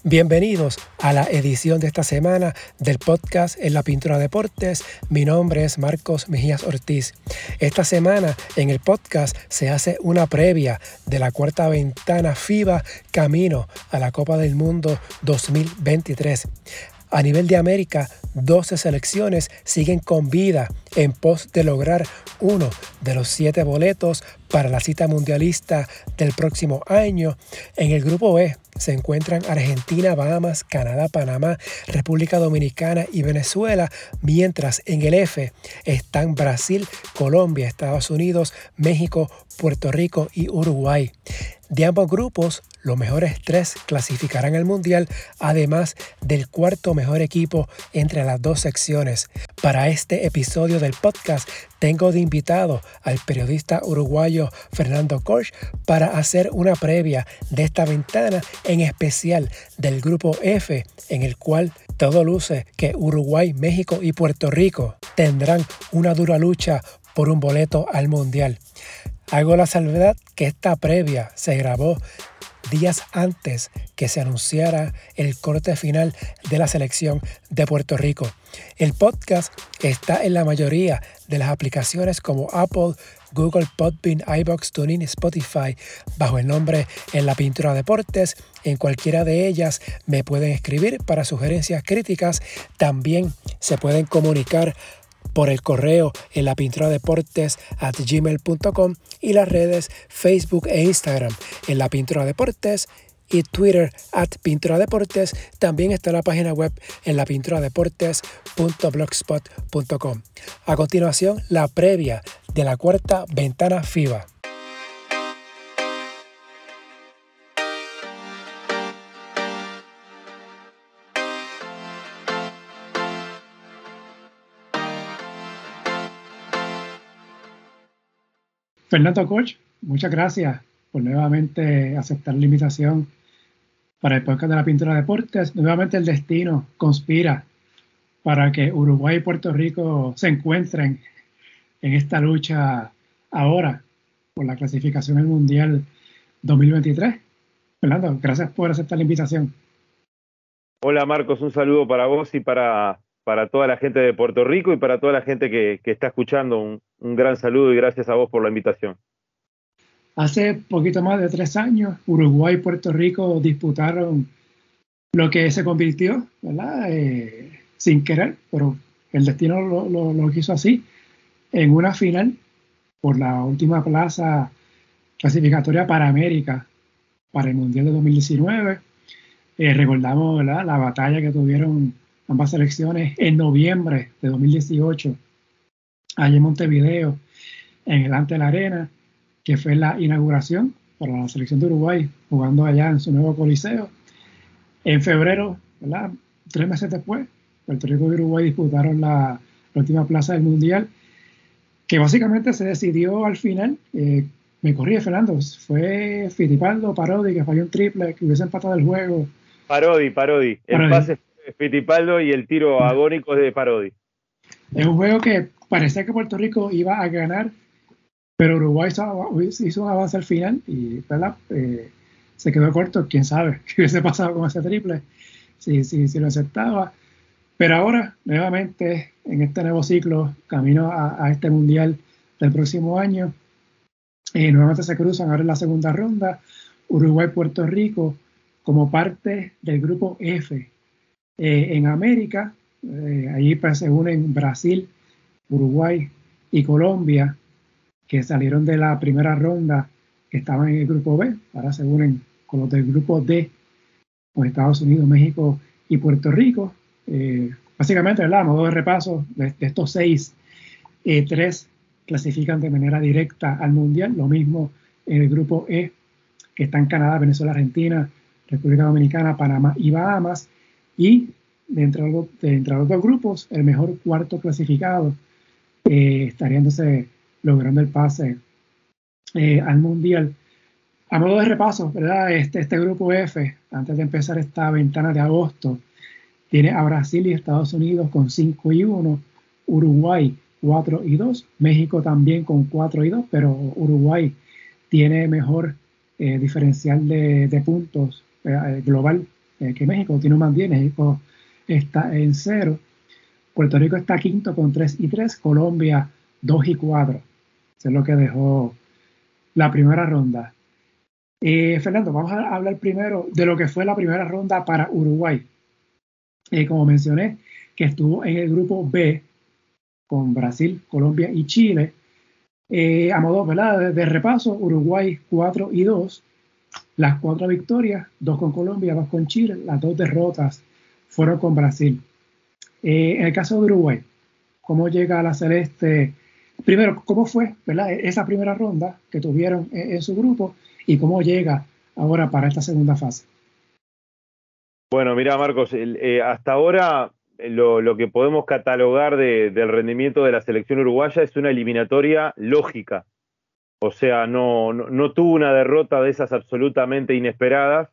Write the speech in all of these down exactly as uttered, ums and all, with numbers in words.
Bienvenidos a la edición de esta semana del podcast En la Pintura Deportes. Mi nombre es Marcos Mejías Ortiz. Esta semana en el podcast se hace una previa de la cuarta ventana FIBA camino a la Copa del Mundo dos mil veintitrés. A nivel de América, doce selecciones siguen con vida en pos de lograr uno de los siete boletos para la cita mundialista del próximo año. En el grupo E se encuentran Argentina, Bahamas, Canadá, Panamá, República Dominicana y Venezuela, mientras en el F están Brasil, Colombia, Estados Unidos, México, Puerto Rico y Uruguay. De ambos grupos, los mejores tres clasificarán al Mundial, además del cuarto mejor equipo entre las dos secciones. Para este episodio del podcast, tengo de invitado al periodista uruguayo Fernando Korch para hacer una previa de esta ventana, en especial del grupo F, en el cual todo luce que Uruguay, México y Puerto Rico tendrán una dura lucha por un boleto al Mundial. Hago la salvedad que esta previa se grabó días antes que se anunciara el corte final de la selección de Puerto Rico. El podcast está en la mayoría de las aplicaciones como Apple, Google, Podbean, iVoox, TuneIn, Spotify, bajo el nombre En la Pintura Deportes. En cualquiera de ellas me pueden escribir para sugerencias críticas. También se pueden comunicar por el correo en la pintura deportes at gmail punto com y las redes Facebook e Instagram en la pintura deportes y Twitter at pintura deportes. También está la página web en la pintura deportes punto blogspot punto com. A continuación, la previa de la cuarta ventana FIBA. Fernando Korch, muchas gracias por nuevamente aceptar la invitación para el podcast de la Pintura Deportes. Nuevamente el destino conspira para que Uruguay y Puerto Rico se encuentren en esta lucha ahora por la clasificación al Mundial dos mil veintitrés. Fernando, gracias por aceptar la invitación. Hola Marcos, un saludo para vos y para, para toda la gente de Puerto Rico y para toda la gente que, que está escuchando. Un, un gran saludo y gracias a vos por la invitación. Hace poquito más de tres años, Uruguay y Puerto Rico disputaron lo que se convirtió, ¿verdad? Eh, sin querer, pero el destino lo, lo, lo quiso así, en una final por la última plaza clasificatoria para América para el Mundial de dos mil diecinueve. Eh, recordamos, ¿verdad?, la batalla que tuvieron ambas selecciones en noviembre de dos mil dieciocho, allí en Montevideo, en el Ante la Arena, que fue la inauguración para la selección de Uruguay, jugando allá en su nuevo coliseo. En febrero, ¿verdad?, tres meses después, Puerto Rico y Uruguay disputaron la, la última plaza del Mundial, que básicamente se decidió al final. Eh, me corrí, Fernando, fue Fittipaldo, Parodi, que falló un triple, que hubiese empatado el juego. Parodi, Parodi. El Parodi. Pase fue Fittipaldo y el tiro agónico de Parodi. Es un juego que parecía que Puerto Rico iba a ganar, pero Uruguay hizo, hizo un avance al final y, ¿verdad?, eh, se quedó corto. Quién sabe qué hubiese pasado con ese triple si, si, si lo aceptaba. Pero ahora, nuevamente, en este nuevo ciclo, camino a, a este Mundial del próximo año, eh, nuevamente se cruzan ahora en la segunda ronda Uruguay y Puerto Rico como parte del grupo F. Eh, en América, eh, allí pues, se unen Brasil, Uruguay y Colombia, que salieron de la primera ronda, que estaban en el grupo B. Ahora se unen con los del grupo D, con Estados Unidos, México y Puerto Rico. Eh, básicamente, ¿verdad?, a modo de repaso, de, de estos seis, eh, tres clasifican de manera directa al Mundial. Lo mismo en el grupo E, que están Canadá, Venezuela, Argentina, República Dominicana, Panamá y Bahamas. Y de entre los, de entre los dos grupos, el mejor cuarto clasificado eh, estaría entonces logrando el pase eh, al Mundial. A modo de repaso, ¿verdad?, este, este grupo F, antes de empezar esta ventana de agosto, tiene a Brasil y Estados Unidos con cinco y uno, Uruguay cuatro y dos, México también con cuatro y dos, pero Uruguay tiene mejor eh, diferencial de, de puntos eh, global eh, que México tiene un más diez, México está en cero, Puerto Rico está quinto con tres y tres, Colombia dos y cuatro. Eso es lo que dejó la primera ronda. Eh, Fernando, vamos a hablar primero de lo que fue la primera ronda para Uruguay. Eh, como mencioné, que estuvo en el grupo B con Brasil, Colombia y Chile. Eh, a modo, ¿verdad?, de, de repaso, Uruguay cuatro y dos, las cuatro victorias, dos con Colombia, dos con Chile, las dos derrotas fueron con Brasil. Eh, en el caso de Uruguay, ¿cómo llega a la Celeste? Primero, ¿cómo fue, ¿verdad?, esa primera ronda que tuvieron en, en su grupo y cómo llega ahora para esta segunda fase? Bueno, mira, Marcos, el, eh, hasta ahora lo, lo que podemos catalogar de, del rendimiento de la selección uruguaya es una eliminatoria lógica. O sea, no, no, no tuvo una derrota de esas absolutamente inesperadas,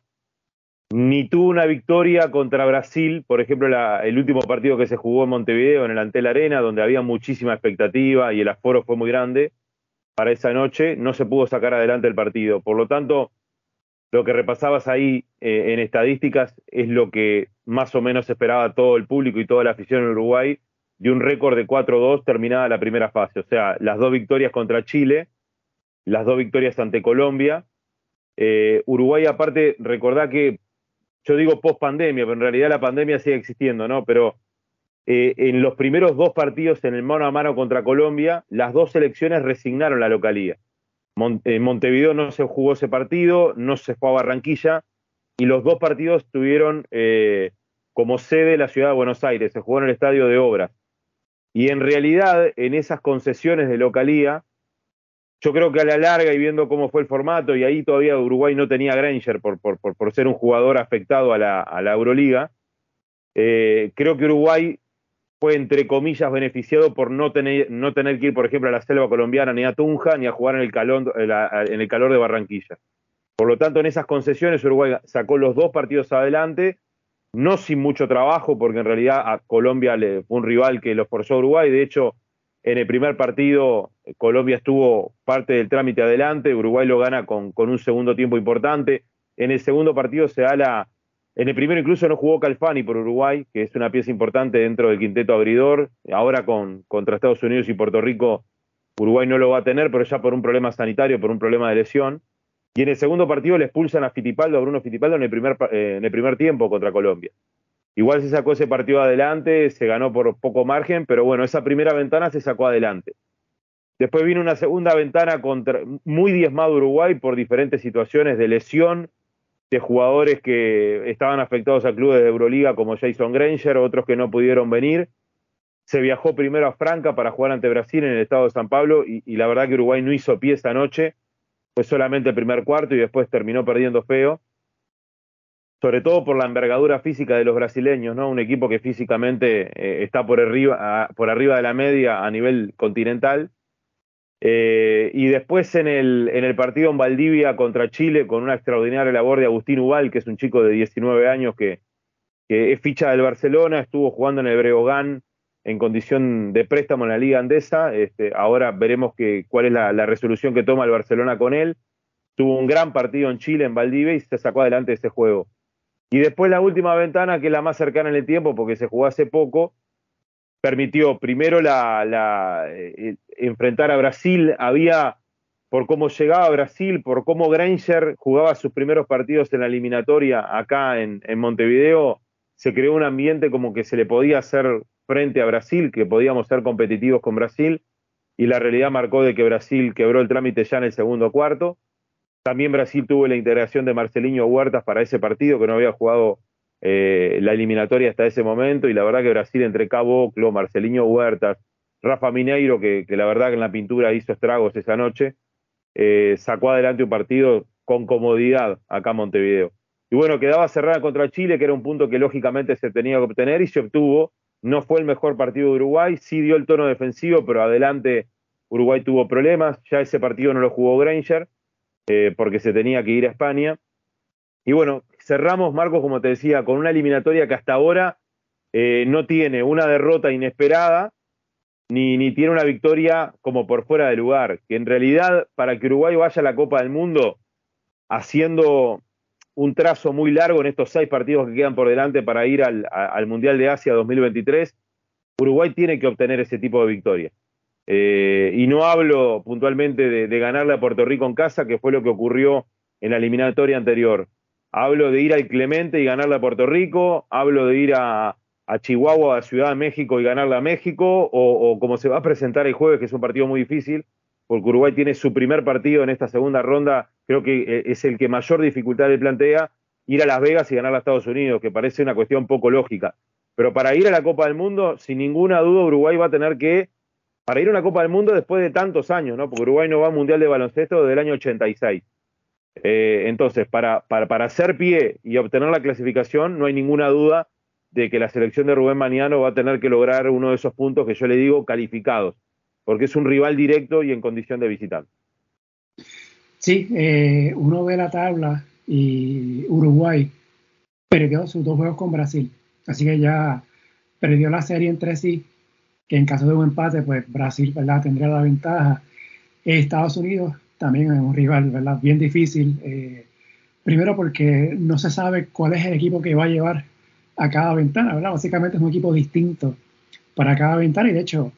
ni tuvo una victoria contra Brasil, por ejemplo, la, el último partido que se jugó en Montevideo, en el Antel Arena, donde había muchísima expectativa y el aforo fue muy grande para esa noche, no se pudo sacar adelante el partido. Por lo tanto, lo que repasabas ahí eh, en estadísticas es lo que más o menos esperaba todo el público y toda la afición en Uruguay, de un récord de cuatro dos terminada la primera fase. O sea, las dos victorias contra Chile, las dos victorias ante Colombia. Eh, Uruguay, aparte, recordá que yo digo post pandemia, pero en realidad la pandemia sigue existiendo, ¿no? Pero eh, en los primeros dos partidos en el mano a mano contra Colombia, las dos selecciones resignaron la localía. En Montevideo no se jugó ese partido, no se fue a Barranquilla, y los dos partidos tuvieron eh, como sede la ciudad de Buenos Aires, se jugó en el Estadio de Obras. Y en realidad, en esas concesiones de localía, yo creo que a la larga, y viendo cómo fue el formato, y ahí todavía Uruguay no tenía Granger por, por, por, por ser un jugador afectado a la, a la Euroliga, eh, creo que Uruguay fue, entre comillas, beneficiado por no tener, no tener que ir, por ejemplo, a la selva colombiana, ni a Tunja, ni a jugar en el, calor, en el calor de Barranquilla. Por lo tanto, en esas concesiones Uruguay sacó los dos partidos adelante, no sin mucho trabajo, porque en realidad a Colombia le, fue un rival que lo forzó a Uruguay. De hecho, en el primer partido Colombia estuvo parte del trámite adelante, Uruguay lo gana con, con un segundo tiempo importante. En el segundo partido se da la... En el primero incluso no jugó Calfani por Uruguay, que es una pieza importante dentro del quinteto abridor. Ahora con, contra Estados Unidos y Puerto Rico, Uruguay no lo va a tener, pero ya por un problema sanitario, por un problema de lesión. Y en el segundo partido le expulsan a Fittipaldo, a Bruno Fittipaldo, en el primer, eh, en el primer tiempo contra Colombia. Igual se sacó ese partido adelante, se ganó por poco margen, pero bueno, esa primera ventana se sacó adelante. Después vino una segunda ventana contra, muy diezmado Uruguay por diferentes situaciones de lesión, de jugadores que estaban afectados a clubes de Euroliga como Jason Granger, otros que no pudieron venir. Se viajó primero a Franca para jugar ante Brasil en el estado de San Pablo y, y la verdad que Uruguay no hizo pie esa noche, fue solamente el primer cuarto y después terminó perdiendo feo, sobre todo por la envergadura física de los brasileños, ¿no? Un equipo que físicamente eh, está por arriba, a, por arriba de la media a nivel continental. Eh, y después en el, en el partido en Valdivia contra Chile, con una extraordinaria labor de Agustín Ubal, que es un chico de diecinueve años que, que es ficha del Barcelona, estuvo jugando en el Breogán en condición de préstamo en la Liga Andesa. Este, ahora veremos que, cuál es la, la resolución que toma el Barcelona con él. Tuvo un gran partido en Chile, en Valdivia, y se sacó adelante ese juego. Y después la última ventana, que es la más cercana en el tiempo, porque se jugó hace poco, permitió primero la, la, eh, enfrentar a Brasil. Había, por cómo llegaba a Brasil, por cómo Granger jugaba sus primeros partidos en la eliminatoria acá en, en Montevideo, se creó un ambiente como que se le podía hacer frente a Brasil, que podíamos ser competitivos con Brasil, y la realidad marcó de que Brasil quebró el trámite ya en el segundo cuarto. También Brasil tuvo la integración de Marcelinho Huertas para ese partido, que no había jugado eh, la eliminatoria hasta ese momento, y la verdad que Brasil entre Caboclo, Marcelinho Huertas, Rafa Mineiro, que, que la verdad que en la pintura hizo estragos esa noche, eh, sacó adelante un partido con comodidad acá en Montevideo. Y bueno, quedaba cerrada contra Chile, que era un punto que lógicamente se tenía que obtener, y se obtuvo. No fue el mejor partido de Uruguay, sí dio el tono defensivo, pero adelante Uruguay tuvo problemas. Ya ese partido no lo jugó Granger, eh, porque se tenía que ir a España. Y bueno, cerramos, Marcos, como te decía, con una eliminatoria que hasta ahora eh, no tiene una derrota inesperada, ni, ni tiene una victoria como por fuera de lugar. Que en realidad, para que Uruguay vaya a la Copa del Mundo haciendo un trazo muy largo en estos seis partidos que quedan por delante para ir al, al Mundial de Asia dos mil veintitrés. Uruguay tiene que obtener ese tipo de victoria. Eh, y no hablo puntualmente de, de ganarle a Puerto Rico en casa, que fue lo que ocurrió en la eliminatoria anterior. Hablo de ir al Clemente y ganarle a Puerto Rico, hablo de ir a, a Chihuahua, a Ciudad de México y ganarle a México, o, o como se va a presentar el jueves, que es un partido muy difícil, porque Uruguay tiene su primer partido en esta segunda ronda, creo que es el que mayor dificultad le plantea, ir a Las Vegas y ganar a Estados Unidos, que parece una cuestión poco lógica. Pero para ir a la Copa del Mundo, sin ninguna duda, Uruguay va a tener que, para ir a una Copa del Mundo después de tantos años, ¿no? Porque Uruguay no va al Mundial de Baloncesto desde el año ochenta y seis. Eh, entonces, para, para, para hacer pie y obtener la clasificación, no hay ninguna duda de que la selección de Rubén Maniano va a tener que lograr uno de esos puntos que yo le digo calificados, porque es un rival directo y en condición de visitante. Sí, eh, uno ve la tabla y Uruguay perdió sus dos juegos con Brasil, así que ya perdió la serie entre sí, que en caso de un empate, pues Brasil, ¿verdad?, tendría la ventaja. Estados Unidos también es un rival, ¿verdad?, bien difícil, eh, primero porque no se sabe cuál es el equipo que va a llevar a cada ventana, ¿verdad? Básicamente es un equipo distinto para cada ventana, y de hecho,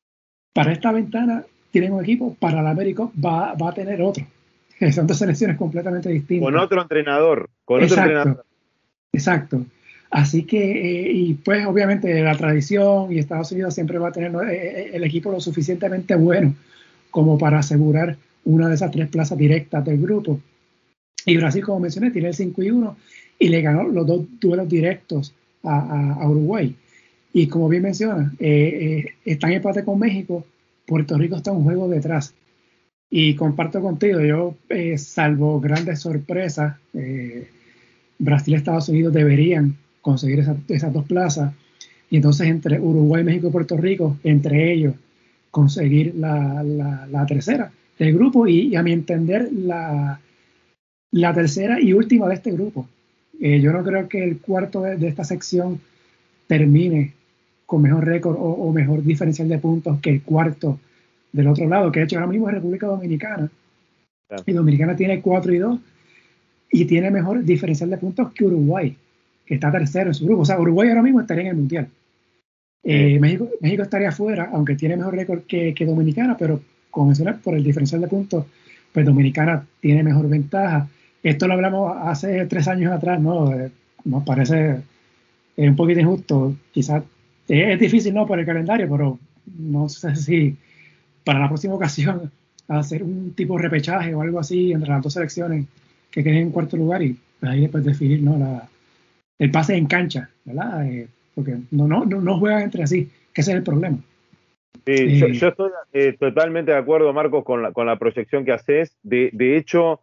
para esta ventana tienen un equipo, para la América va, va a tener otro. Son dos selecciones completamente distintas. Con otro entrenador. Con exacto, otro entrenador. Exacto. Así que, eh, y pues obviamente la tradición, y Estados Unidos siempre va a tener eh, el equipo lo suficientemente bueno como para asegurar una de esas tres plazas directas del grupo. Y Brasil, como mencioné, tiene el cinco y uno y le ganó los dos duelos directos a, a, a Uruguay. Y como bien menciona, eh, eh, está en empate con México, Puerto Rico está un juego detrás. Y comparto contigo, yo, eh, salvo grandes sorpresas, eh, Brasil y Estados Unidos deberían conseguir esa, esas dos plazas, y entonces entre Uruguay, México y Puerto Rico, entre ellos, conseguir la, la, la tercera del grupo, y, y a mi entender la, la tercera y última de este grupo. Eh, yo no creo que el cuarto de, de esta sección termine con mejor récord o, o mejor diferencial de puntos que el cuarto del otro lado, que de hecho ahora mismo es República Dominicana. Claro. Y Dominicana tiene cuatro y dos y tiene mejor diferencial de puntos que Uruguay, que está tercero en su grupo. O sea, Uruguay ahora mismo estaría en el Mundial. Eh, sí. México, México estaría afuera, aunque tiene mejor récord que, que Dominicana, pero como mencioné, por el diferencial de puntos, pues Dominicana tiene mejor ventaja. Esto lo hablamos hace tres años atrás, ¿no? Eh, nos parece eh, un poquito injusto. Quizás eh, es difícil, ¿no?, por el calendario, pero no sé si para la próxima ocasión hacer un tipo de repechaje o algo así entre las dos selecciones que queden en cuarto lugar, y pues ahí después definir, ¿no?, la, el pase en cancha, ¿verdad? Eh, porque no, no, no, no juegan entre sí, que ese es el problema. Sí, eh, yo, yo estoy eh, totalmente de acuerdo, Marcos, con la, con la proyección que haces. De, de hecho,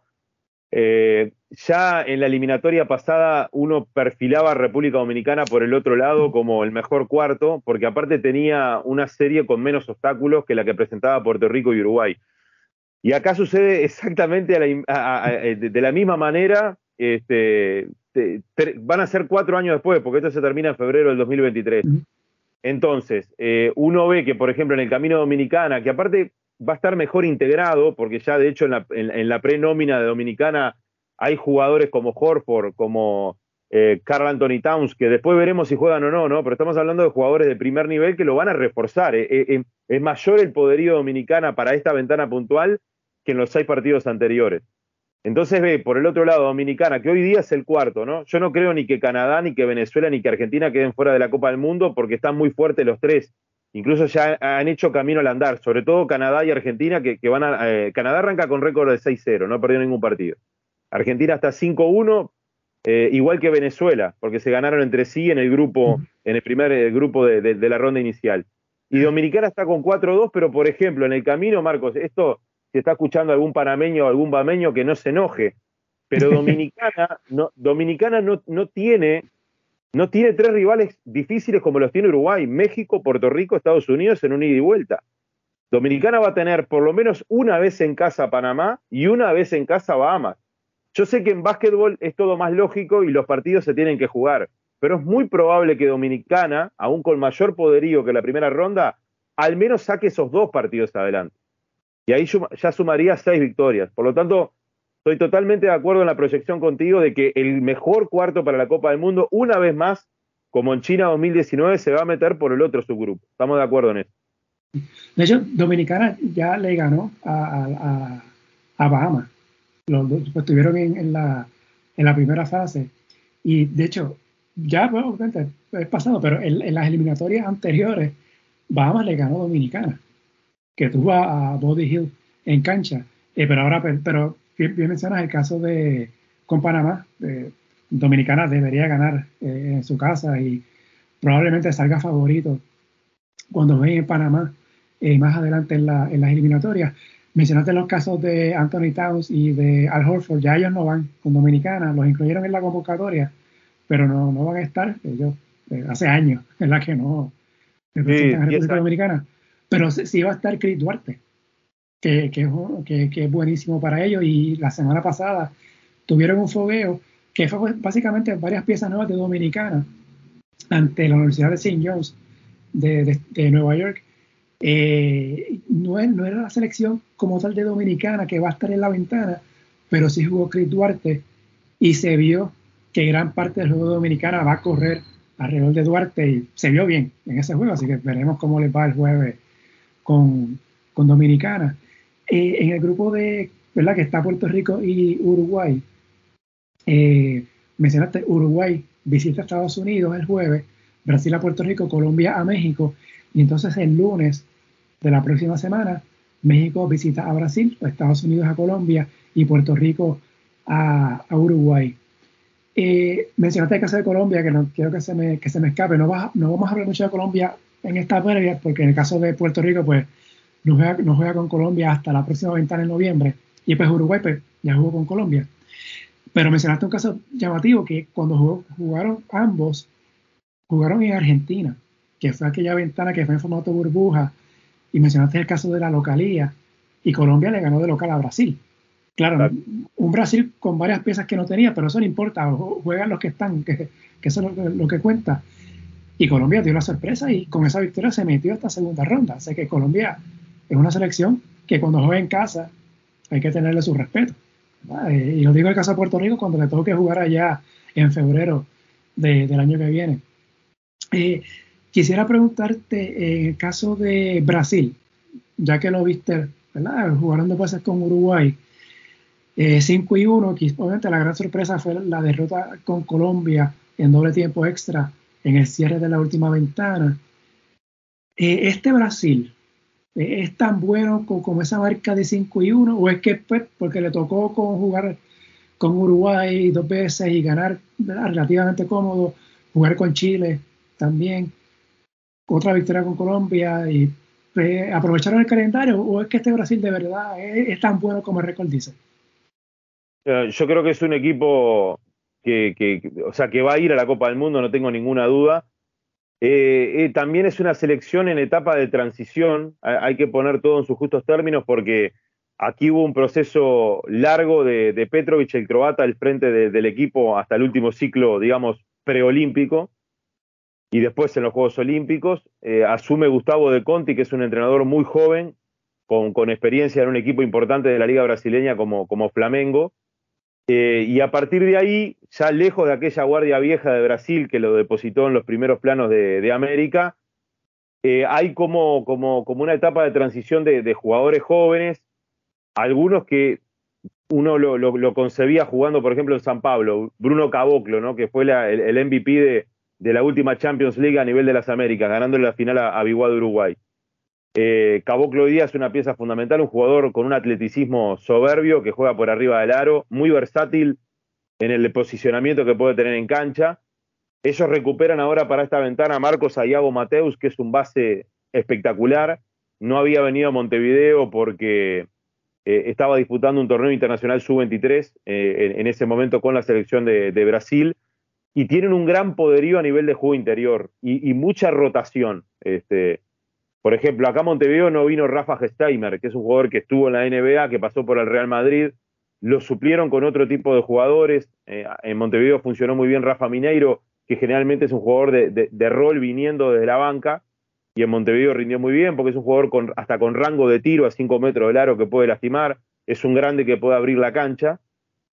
eh, ya en la eliminatoria pasada uno perfilaba a República Dominicana por el otro lado como el mejor cuarto, porque aparte tenía una serie con menos obstáculos que la que presentaba Puerto Rico y Uruguay. Y acá sucede exactamente a la, a, a, de, de la misma manera. Este, te, te, van a ser cuatro años después, porque esto se termina en febrero del dos mil veintitrés. Entonces, eh, uno ve que, por ejemplo, en el camino Dominicana, que aparte va a estar mejor integrado, porque ya de hecho en la, en, en la pre-nómina de Dominicana hay jugadores como Horford, como eh, Karl Anthony Towns, que después veremos si juegan o no, ¿no? Pero estamos hablando de jugadores de primer nivel que lo van a reforzar. Eh, eh, es mayor el poderío de Dominicana para esta ventana puntual que en los seis partidos anteriores. Entonces ve, por el otro lado, Dominicana, que hoy día es el cuarto, ¿no? Yo no creo ni que Canadá, ni que Venezuela, ni que Argentina queden fuera de la Copa del Mundo, porque están muy fuertes los tres. Incluso ya han hecho camino al andar, sobre todo Canadá y Argentina, que, que van a... Eh, Canadá arranca con récord de seis cero, no perdió ningún partido. Argentina está cinco uno, eh, igual que Venezuela, porque se ganaron entre sí en el grupo, en el primer eh, grupo de, de, de la ronda inicial. Y Dominicana está con cuatro dos, pero por ejemplo, en el camino, Marcos, esto... si está escuchando algún panameño o algún bameño, que no se enoje, pero Dominicana no, Dominicana no, no, tiene, no tiene tres rivales difíciles como los tiene Uruguay, México, Puerto Rico, Estados Unidos en un ida y vuelta. Dominicana va a tener por lo menos una vez en casa Panamá y una vez en casa Bahamas. Yo sé que en básquetbol es todo más lógico y los partidos se tienen que jugar, pero es muy probable que Dominicana, aún con mayor poderío que la primera ronda, al menos saque esos dos partidos adelante. Y ahí ya sumaría seis victorias. Por lo tanto, estoy totalmente de acuerdo en la proyección contigo de que el mejor cuarto para la Copa del Mundo, una vez más, como en China dos mil diecinueve, se va a meter por el otro subgrupo. Estamos de acuerdo en eso. De hecho, Dominicana ya le ganó a, a, a Bahamas. Los dos pues, estuvieron en, en, la, en la primera fase. Y de hecho, ya pues, obviamente es pasado, pero en, en las eliminatorias anteriores, Bahamas le ganó a Dominicana, que tuvo a, a Body Hill en cancha. Eh, pero ahora, pero bien, bien mencionas el caso de con Panamá. Eh, Dominicana debería ganar eh, en su casa y probablemente salga favorito cuando juegue en Panamá eh, más adelante en, la, en las eliminatorias. Mencionaste los casos de Anthony Towns y de Al Horford, ya ellos no van con Dominicana, los incluyeron en la convocatoria, pero no, no van a estar, ellos eh, hace años en la que no representan sí, a República Dominicana, pero sí, sí va a estar Chris Duarte, que, que, que, que es buenísimo para ellos, y la semana pasada tuvieron un fogueo que fue básicamente varias piezas nuevas de Dominicana ante la Universidad de Saint John's de, de, de Nueva York. Eh, no, es, no era la selección como tal de Dominicana que va a estar en la ventana, pero sí jugó Chris Duarte y se vio que gran parte del juego de Dominicana va a correr alrededor de Duarte y se vio bien en ese juego, así que veremos cómo les va el jueves con, con Dominicana. Eh, en el grupo de, ¿verdad?, que está Puerto Rico y Uruguay, eh, mencionaste Uruguay visita a Estados Unidos el jueves, Brasil a Puerto Rico, Colombia a México, y entonces el lunes de la próxima semana México visita a Brasil, Estados Unidos a Colombia y Puerto Rico a, a Uruguay. Eh, mencionaste el caso de Colombia, que no quiero que se me, que se me escape, no, va, no vamos a hablar mucho de Colombia en esta previa, porque en el caso de Puerto Rico pues no juega, no juega con Colombia hasta la próxima ventana en noviembre, y pues Uruguay pues ya jugó con Colombia. Pero mencionaste un caso llamativo, que cuando jugó, jugaron ambos, jugaron en Argentina, que fue aquella ventana que fue en formato burbuja, y mencionaste el caso de la localía, y Colombia le ganó de local a Brasil. Claro, claro. Un Brasil con varias piezas que no tenía, pero eso no importa, juegan los que están, que, que eso es lo, lo que cuenta. Y Colombia dio la sorpresa y con esa victoria se metió a esta segunda ronda. Así que Colombia es una selección que cuando juega en casa hay que tenerle su respeto. Y lo digo en el caso de Puerto Rico cuando le toque jugar allá en febrero de, del año que viene. Eh, quisiera preguntarte, en el caso de Brasil, ya que lo viste, ¿verdad?, jugaron dos veces con Uruguay, eh, cinco y uno, que obviamente la gran sorpresa fue la derrota con Colombia en doble tiempo extra en el cierre de la última ventana. Eh, este Brasil, eh, ¿es tan bueno con, como esa marca de cinco y uno, o es que pues, porque le tocó con jugar con Uruguay dos veces y ganar, ¿verdad?, relativamente cómodo, jugar con Chile también, otra victoria con Colombia, y eh, aprovecharon el calendario, o es que este Brasil de verdad es, es tan bueno como el récord dice? Yo creo que es un equipo que, que, o sea, que va a ir a la Copa del Mundo, no tengo ninguna duda. Eh, eh, también es una selección en etapa de transición, hay, hay que poner todo en sus justos términos, porque aquí hubo un proceso largo de, de Petrovic, el croata, al frente de, del equipo hasta el último ciclo, digamos, preolímpico, y después en los Juegos Olímpicos. Eh, asume Gustavo De Conti, que es un entrenador muy joven, con, con experiencia en un equipo importante de la Liga Brasileña como, como Flamengo. Eh, y a partir de ahí, ya lejos de aquella guardia vieja de Brasil que lo depositó en los primeros planos de, de América, eh, hay como, como, como una etapa de transición de, de jugadores jóvenes, algunos que uno lo, lo, lo concebía jugando, por ejemplo, en San Pablo, Bruno Caboclo, ¿no?, que fue la, el, el M V P de, de la última Champions League a nivel de las Américas, ganándole la final a, a Biguá de Uruguay. Eh, Caboclo hoy día es una pieza fundamental, un jugador con un atleticismo soberbio que juega por arriba del aro, muy versátil en el posicionamiento que puede tener en cancha. Ellos recuperan ahora para esta ventana a Marcos Ayago Mateus, que es un base espectacular. No había venido a Montevideo porque eh, estaba disputando un torneo internacional sub veintitrés eh, en, en ese momento con la selección de, de Brasil, y tienen un gran poderío a nivel de juego interior y, y mucha rotación. Este, Por ejemplo, acá a Montevideo no vino Rafa Gesteimer, que es un jugador que estuvo en la N B A, que pasó por el Real Madrid. Lo suplieron con otro tipo de jugadores. Eh, en Montevideo funcionó muy bien Rafa Mineiro, que generalmente es un jugador de, de, de rol viniendo desde la banca. Y en Montevideo rindió muy bien porque es un jugador con, hasta con rango de tiro a cinco metros del aro que puede lastimar. Es un grande que puede abrir la cancha.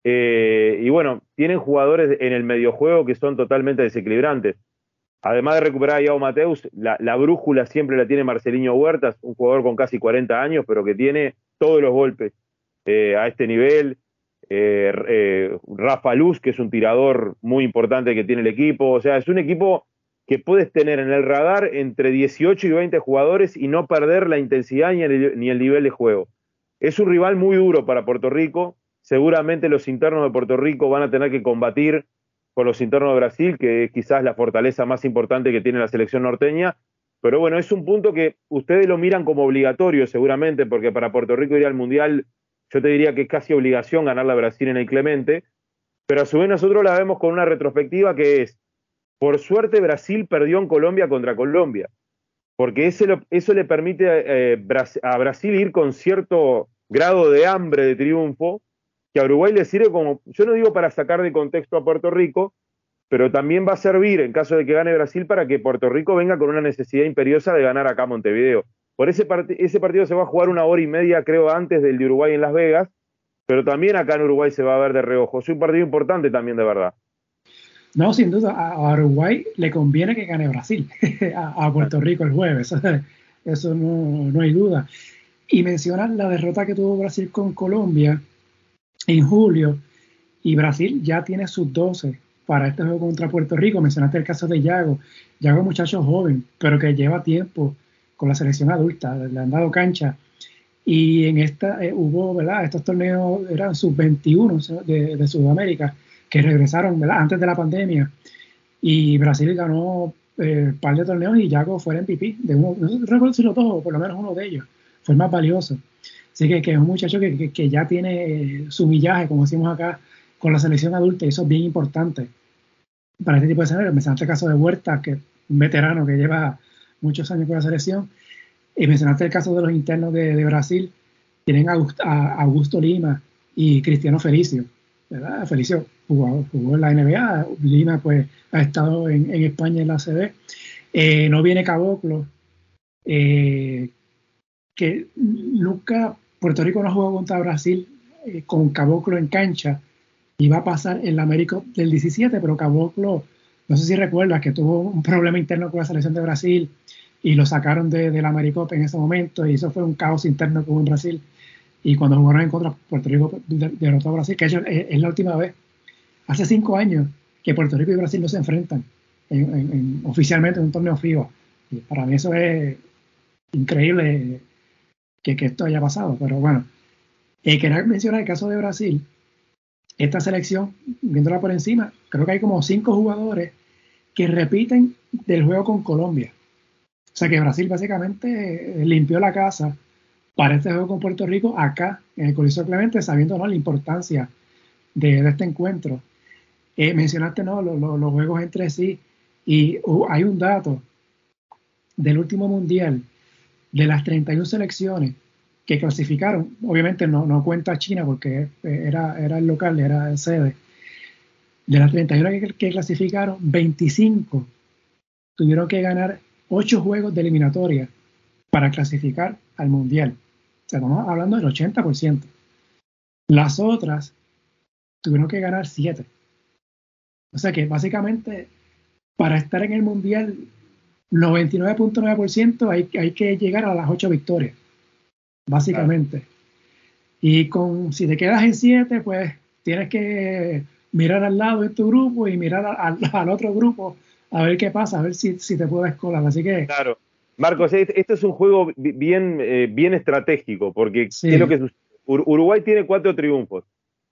Eh, y bueno, tienen jugadores en el mediojuego que son totalmente desequilibrantes. Además de recuperar a Iago Mateus, la, la brújula siempre la tiene Marcelinho Huertas, un jugador con casi cuarenta años, pero que tiene todos los golpes eh, a este nivel. Eh, eh, Rafa Luz, que es un tirador muy importante que tiene el equipo. O sea, es un equipo que puedes tener en el radar entre dieciocho y veinte jugadores y no perder la intensidad ni el, ni el nivel de juego. Es un rival muy duro para Puerto Rico. Seguramente los internos de Puerto Rico van a tener que combatir con los internos de Brasil, que es quizás la fortaleza más importante que tiene la selección norteña. Pero bueno, es un punto que ustedes lo miran como obligatorio seguramente, porque para Puerto Rico ir al Mundial, yo te diría que es casi obligación ganarle a Brasil en el Clemente, pero a su vez nosotros la vemos con una retrospectiva que es, por suerte Brasil perdió en Colombia contra Colombia, porque ese lo, eso le permite eh, a Brasil ir con cierto grado de hambre de triunfo, que a Uruguay le sirve como, yo no digo para sacar de contexto a Puerto Rico, pero también va a servir en caso de que gane Brasil para que Puerto Rico venga con una necesidad imperiosa de ganar acá a Montevideo. Por ese, part ese partido se va a jugar una hora y media, creo, antes del de Uruguay en Las Vegas, pero también acá en Uruguay se va a ver de reojo. Es un partido importante también, de verdad. No, sin duda, a Uruguay le conviene que gane Brasil, a, a Puerto Rico el jueves, eso no, no hay duda. Y mencionas la derrota que tuvo Brasil con Colombia en julio, y Brasil ya tiene sus doce para este juego contra Puerto Rico. Mencionaste el caso de Yago. Yago es un muchacho joven, pero que lleva tiempo con la selección adulta, le han dado cancha. Y en esta eh, hubo, ¿verdad? Estos torneos eran sub veintiuno de, de Sudamérica, que regresaron, ¿verdad?, antes de la pandemia. Y Brasil ganó eh, un par de torneos y Yago fue el M V P de uno, no recuerdo si los dos, o por lo menos uno de ellos. Fue el más valioso. Así que, que es un muchacho que, que, que ya tiene su millaje, como decimos acá, con la selección adulta, y eso es bien importante para este tipo de escenarios. Mencionaste el caso de Huerta, que es un veterano que lleva muchos años con la selección, y mencionaste el caso de los internos de, de Brasil. Tienen a Augusto, a Augusto Lima y Cristiano Felicio, ¿verdad? Felicio jugó, jugó en la N B A, Lima pues ha estado en, en España en la A C B. Eh, no viene Caboclo, eh, que nunca Puerto Rico no jugó contra Brasil eh, con Caboclo en cancha. Iba a pasar en la América del diecisiete, pero Caboclo, no sé si recuerdas que tuvo un problema interno con la selección de Brasil y lo sacaron de, de la Americopa en ese momento, y eso fue un caos interno que hubo en Brasil. Y cuando jugaron en contra, Puerto Rico derrotó a Brasil, que es, es la última vez, hace cinco años, que Puerto Rico y Brasil no se enfrentan en, en, en, oficialmente en un torneo FIBA. Y para mí eso es increíble que, que esto haya pasado. Pero bueno, eh, quería mencionar el caso de Brasil. Esta selección, viéndola por encima, creo que hay como cinco jugadores que repiten del juego con Colombia. O sea que Brasil básicamente limpió la casa para este juego con Puerto Rico acá en el Coliseo Clemente, sabiendo, ¿no?, la importancia de, de este encuentro. Eh, mencionaste, ¿no?, los, los, los juegos entre sí, y uh, hay un dato del último mundial, de las treinta y una selecciones que clasificaron. Obviamente no, no cuenta China porque era, era el local, era el sede. De las treinta y una que, que clasificaron, veinticinco tuvieron que ganar ocho juegos de eliminatoria para clasificar al mundial. O sea, estamos hablando del ochenta por ciento. Las otras tuvieron que ganar siete. O sea que básicamente para estar en el mundial, noventa y nueve punto nueve por ciento hay, hay que llegar a las ocho victorias, básicamente. Claro. Y con, si te quedas en siete, pues tienes que mirar al lado de tu grupo y mirar al, al otro grupo a ver qué pasa, a ver si, si te puedes colar. Así que... Claro. Marcos, este es un juego bien, eh, bien estratégico, porque sí. ¿Qué es lo que sucede? Ur Uruguay tiene cuatro triunfos.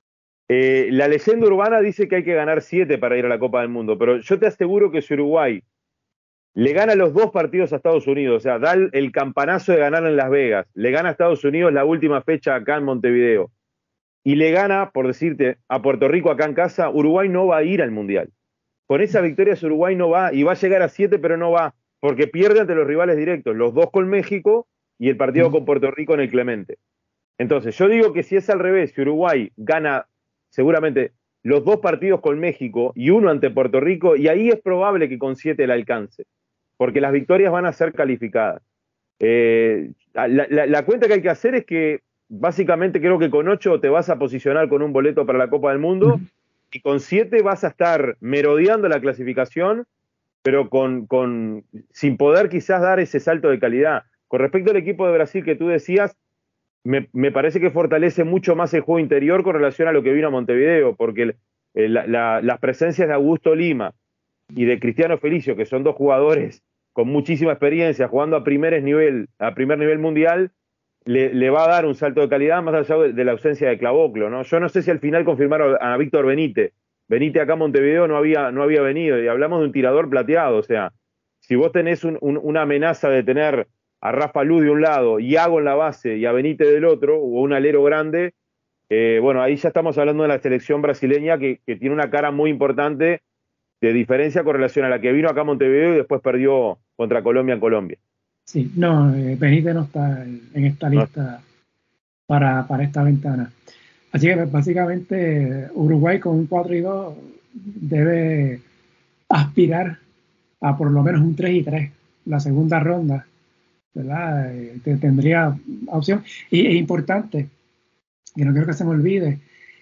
Eh, la leyenda urbana dice que hay que ganar siete para ir a la Copa del Mundo, pero yo te aseguro que si Uruguay le gana los dos partidos a Estados Unidos, o sea, da el, el campanazo de ganar en Las Vegas, le gana a Estados Unidos la última fecha acá en Montevideo, y le gana, por decirte, a Puerto Rico acá en casa, Uruguay no va a ir al Mundial. Con esa victoria Uruguay no va, y va a llegar a siete, pero no va, porque pierde ante los rivales directos, los dos con México y el partido con Puerto Rico en el Clemente. Entonces, yo digo que si es al revés, si Uruguay gana seguramente los dos partidos con México y uno ante Puerto Rico, y ahí es probable que con siete el alcance, porque las victorias van a ser calificadas. Eh, la, la, la cuenta que hay que hacer es que básicamente creo que con ocho te vas a posicionar con un boleto para la Copa del Mundo, uh-huh. y con siete vas a estar merodeando la clasificación, pero con, con, sin poder quizás dar ese salto de calidad. Con respecto al equipo de Brasil que tú decías, me, me parece que fortalece mucho más el juego interior con relación a lo que vino a Montevideo, porque el, el, la, las presencias de Augusto Lima y de Cristiano Felicio, que son dos jugadores con muchísima experiencia, jugando a primer nivel, a primer nivel mundial, le, le va a dar un salto de calidad más allá de, de la ausencia de Clavoclo, ¿no? Yo no sé si al final confirmaron a Víctor Benítez. Benítez acá a Montevideo no había, no había venido, y hablamos de un tirador plateado, o sea, si vos tenés un, un, una amenaza de tener a Rafa Luz de un lado, y Iago en la base y a Benítez del otro, o un alero grande, eh, bueno, ahí ya estamos hablando de la selección brasileña que, que tiene una cara muy importante de diferencia con relación a la que vino acá a Montevideo y después perdió contra Colombia en Colombia. Sí, no, eh, Benítez no está en esta lista no. para, para esta ventana. Así que básicamente Uruguay con un cuatro y dos debe aspirar a por lo menos un tres y tres la segunda ronda, ¿verdad? Eh, tendría opción. Y es importante, que no quiero que se me olvide,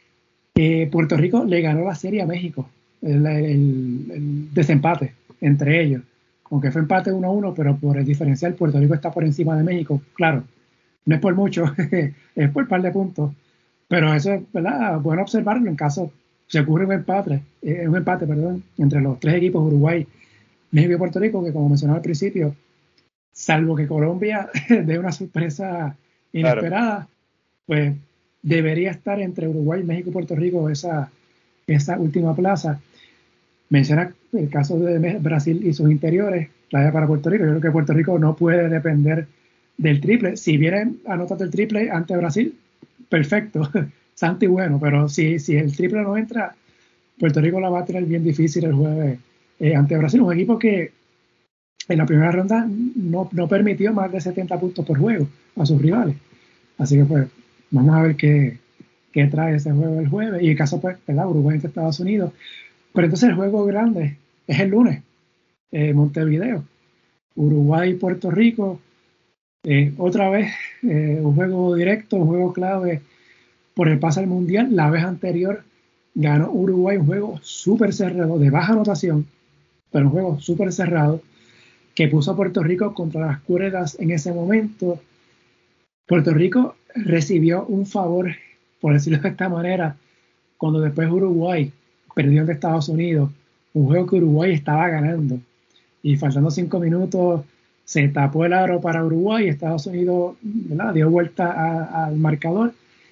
que Puerto Rico le ganó la serie a México, el, el, el desempate entre ellos. Aunque fue empate uno a uno, pero por el diferencial Puerto Rico está por encima de México. Claro, no es por mucho, es por un par de puntos. Pero eso es, ¿verdad?, bueno observarlo en caso se ocurre un empate, eh, un empate, perdón, entre los tres equipos, Uruguay, México y Puerto Rico, que como mencionaba al principio, salvo que Colombia dé una sorpresa inesperada, claro, pues debería estar entre Uruguay, México y Puerto Rico esa, esa última plaza. Menciona el caso de Brasil y sus interiores, la para Puerto Rico. Yo creo que Puerto Rico no puede depender del triple. Si vienen anotas del triple ante Brasil, perfecto, santo y bueno, pero si, si el triple no entra, Puerto Rico la va a tener bien difícil el jueves eh, ante Brasil, un equipo que en la primera ronda no, no permitió más de setenta puntos por juego a sus rivales. Así que pues vamos a ver qué, qué trae ese juego el jueves. Y el caso, pues, ¿verdad?, Uruguay ante Estados Unidos. Pero entonces el juego grande es el lunes, eh, Montevideo, Uruguay, Puerto Rico. Eh, otra vez eh, un juego directo, un juego clave por el pase al mundial. La vez anterior ganó Uruguay un juego súper cerrado, de baja anotación, pero un juego súper cerrado, que puso a Puerto Rico contra las cuerdas en ese momento. Puerto Rico recibió un favor, por decirlo de esta manera, cuando después Uruguay perdió ante Estados Unidos, un juego que Uruguay estaba ganando, y faltando cinco minutos se tapó el aro para Uruguay, Estados Unidos, ¿verdad?, dio vuelta a, al marcador,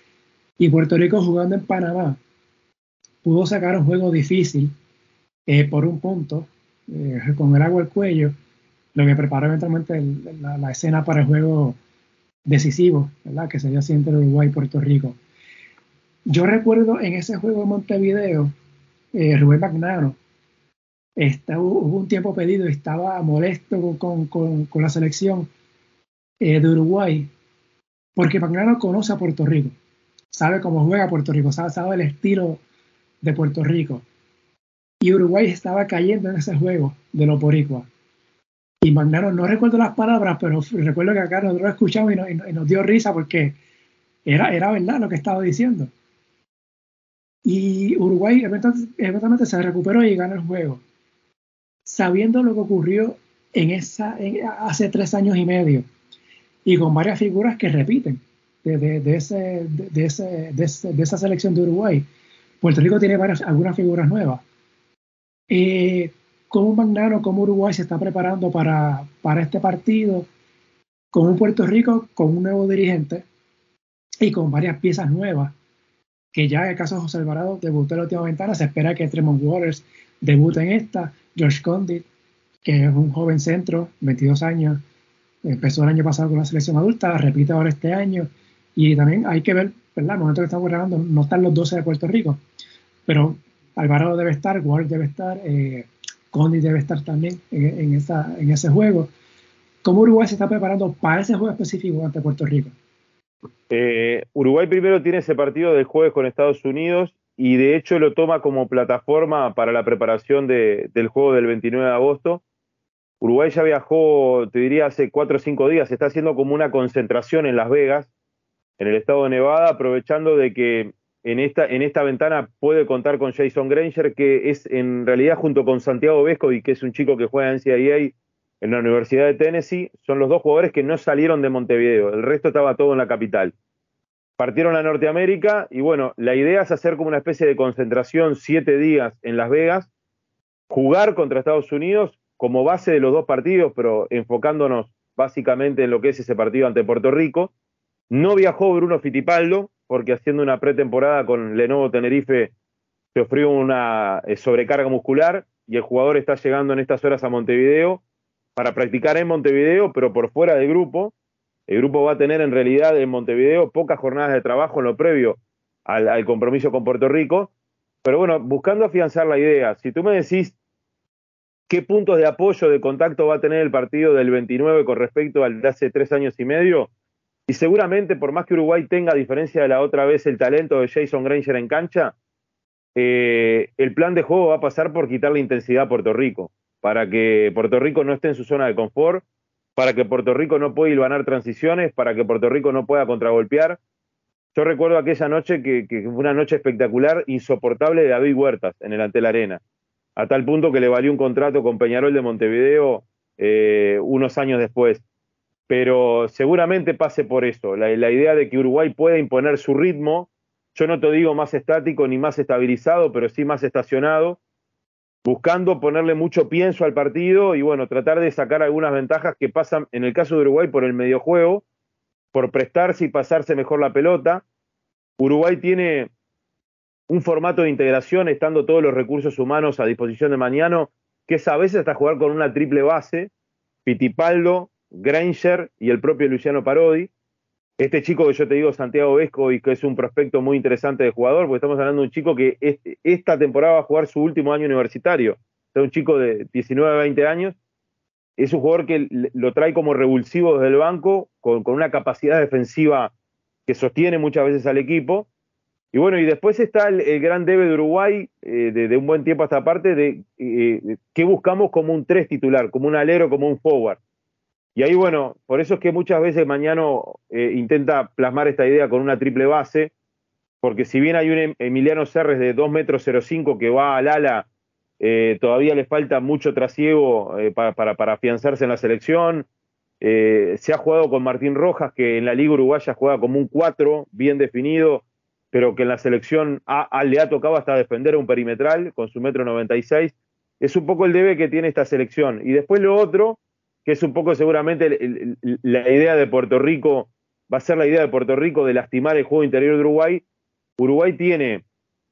y Puerto Rico, jugando en Panamá, pudo sacar un juego difícil eh, por un punto, eh, con el agua al cuello, lo que preparó eventualmente el, la, la escena para el juego decisivo, ¿verdad?, que se dio así entre Uruguay y Puerto Rico. Yo recuerdo en ese juego de Montevideo, eh, Rubén Magnano, está, hubo un tiempo pedido y estaba molesto con, con, con la selección eh, de Uruguay, porque Magnano conoce a Puerto Rico, sabe cómo juega Puerto Rico, sabe, sabe el estilo de Puerto Rico, y Uruguay estaba cayendo en ese juego de los boricuas. Y Magnano, no recuerdo las palabras, pero recuerdo que acá nosotros lo escuchamos y, no, y, no, y nos dio risa porque era, era verdad lo que estaba diciendo. Y Uruguay eventualmente se recuperó y ganó el juego, sabiendo lo que ocurrió en esa, en, hace tres años y medio, y con varias figuras que repiten de, de, de, ese, de, de, ese, de, ese, de esa selección de Uruguay. Puerto Rico tiene varias, algunas figuras nuevas. Eh, ¿Cómo Magnano, cómo Uruguay se está preparando para, para este partido? Con un Puerto Rico con un nuevo dirigente y con varias piezas nuevas, que ya en el caso de José Alvarado debutó en la última ventana, se espera que Tremont Waters debute en esta, George Condit, que es un joven centro, veintidós años, empezó el año pasado con la selección adulta, repite ahora este año, y también hay que ver, ¿verdad?, el momento que estamos grabando, no están los doce de Puerto Rico, pero Alvarado debe estar, Waters debe estar, eh, Condit debe estar también en, en, esa, en ese juego. ¿Cómo Uruguay se está preparando para ese juego específico ante Puerto Rico? Eh, Uruguay primero tiene ese partido del jueves con Estados Unidos y de hecho lo toma como plataforma para la preparación de, del juego del veintinueve de agosto. Uruguay ya viajó, te diría, hace cuatro o cinco días, está haciendo como una concentración en Las Vegas en el estado de Nevada, aprovechando de que en esta, en esta ventana puede contar con Jason Granger, que es en realidad junto con Santiago Vescovi, que es un chico que juega en N C A A en la Universidad de Tennessee, son los dos jugadores que no salieron de Montevideo, el resto estaba todo en la capital. Partieron a Norteamérica y bueno, la idea es hacer como una especie de concentración siete días en Las Vegas, jugar contra Estados Unidos como base de los dos partidos, pero enfocándonos básicamente en lo que es ese partido ante Puerto Rico. No viajó Bruno Fittipaldo, porque haciendo una pretemporada con Lenovo Tenerife sufrió una sobrecarga muscular y el jugador está llegando en estas horas a Montevideo para practicar en Montevideo, pero por fuera del grupo. El grupo va a tener en realidad en Montevideo pocas jornadas de trabajo en lo previo al, al compromiso con Puerto Rico, pero bueno, buscando afianzar la idea. Si tú me decís qué puntos de apoyo, de contacto va a tener el partido del veintinueve con respecto al de hace tres años y medio, y seguramente por más que Uruguay tenga, a diferencia de la otra vez, el talento de Jason Granger en cancha, eh, el plan de juego va a pasar por quitarle intensidad a Puerto Rico, para que Puerto Rico no esté en su zona de confort, para que Puerto Rico no pueda hilvanar transiciones, para que Puerto Rico no pueda contragolpear. Yo recuerdo aquella noche que, que fue una noche espectacular, insoportable de David Huertas en el Antel Arena, a tal punto que le valió un contrato con Peñarol de Montevideo eh, unos años después. Pero seguramente pase por eso, la, la idea de que Uruguay pueda imponer su ritmo, yo no te digo más estático ni más estabilizado, pero sí más estacionado, buscando ponerle mucho pienso al partido y bueno, tratar de sacar algunas ventajas que pasan, en el caso de Uruguay, por el mediojuego, por prestarse y pasarse mejor la pelota. Uruguay tiene un formato de integración, estando todos los recursos humanos a disposición de Mañano, que es a veces hasta jugar con una triple base, Fittipaldo, Granger y el propio Luciano Parodi. Este chico que yo te digo, Santiago Vescovi, que es un prospecto muy interesante de jugador, porque estamos hablando de un chico que este, esta temporada va a jugar su último año universitario. Es un chico de diecinueve a veinte años. Es un jugador que lo trae como revulsivo desde el banco, con, con una capacidad defensiva que sostiene muchas veces al equipo. Y bueno, y después está el, el gran debe de Uruguay, eh, de, de un buen tiempo a esta parte, de eh, qué buscamos como un tres titular, como un alero, como un forward. Y ahí, bueno, por eso es que muchas veces Mañano eh, intenta plasmar esta idea con una triple base, porque si bien hay un Emiliano Serres de dos metros cero cinco que va al ala, eh, todavía le falta mucho trasiego eh, para, para, para afianzarse en la selección. Eh, se ha jugado con Martín Rojas, que en la Liga Uruguaya juega como un cuatro, bien definido, pero que en la selección a, a, le ha tocado hasta defender a un perimetral con su metro noventa y seis. Es un poco el debe que tiene esta selección. Y después lo otro, que es un poco seguramente el, el, el, la idea de Puerto Rico, va a ser la idea de Puerto Rico de lastimar el juego interior de Uruguay. Uruguay tiene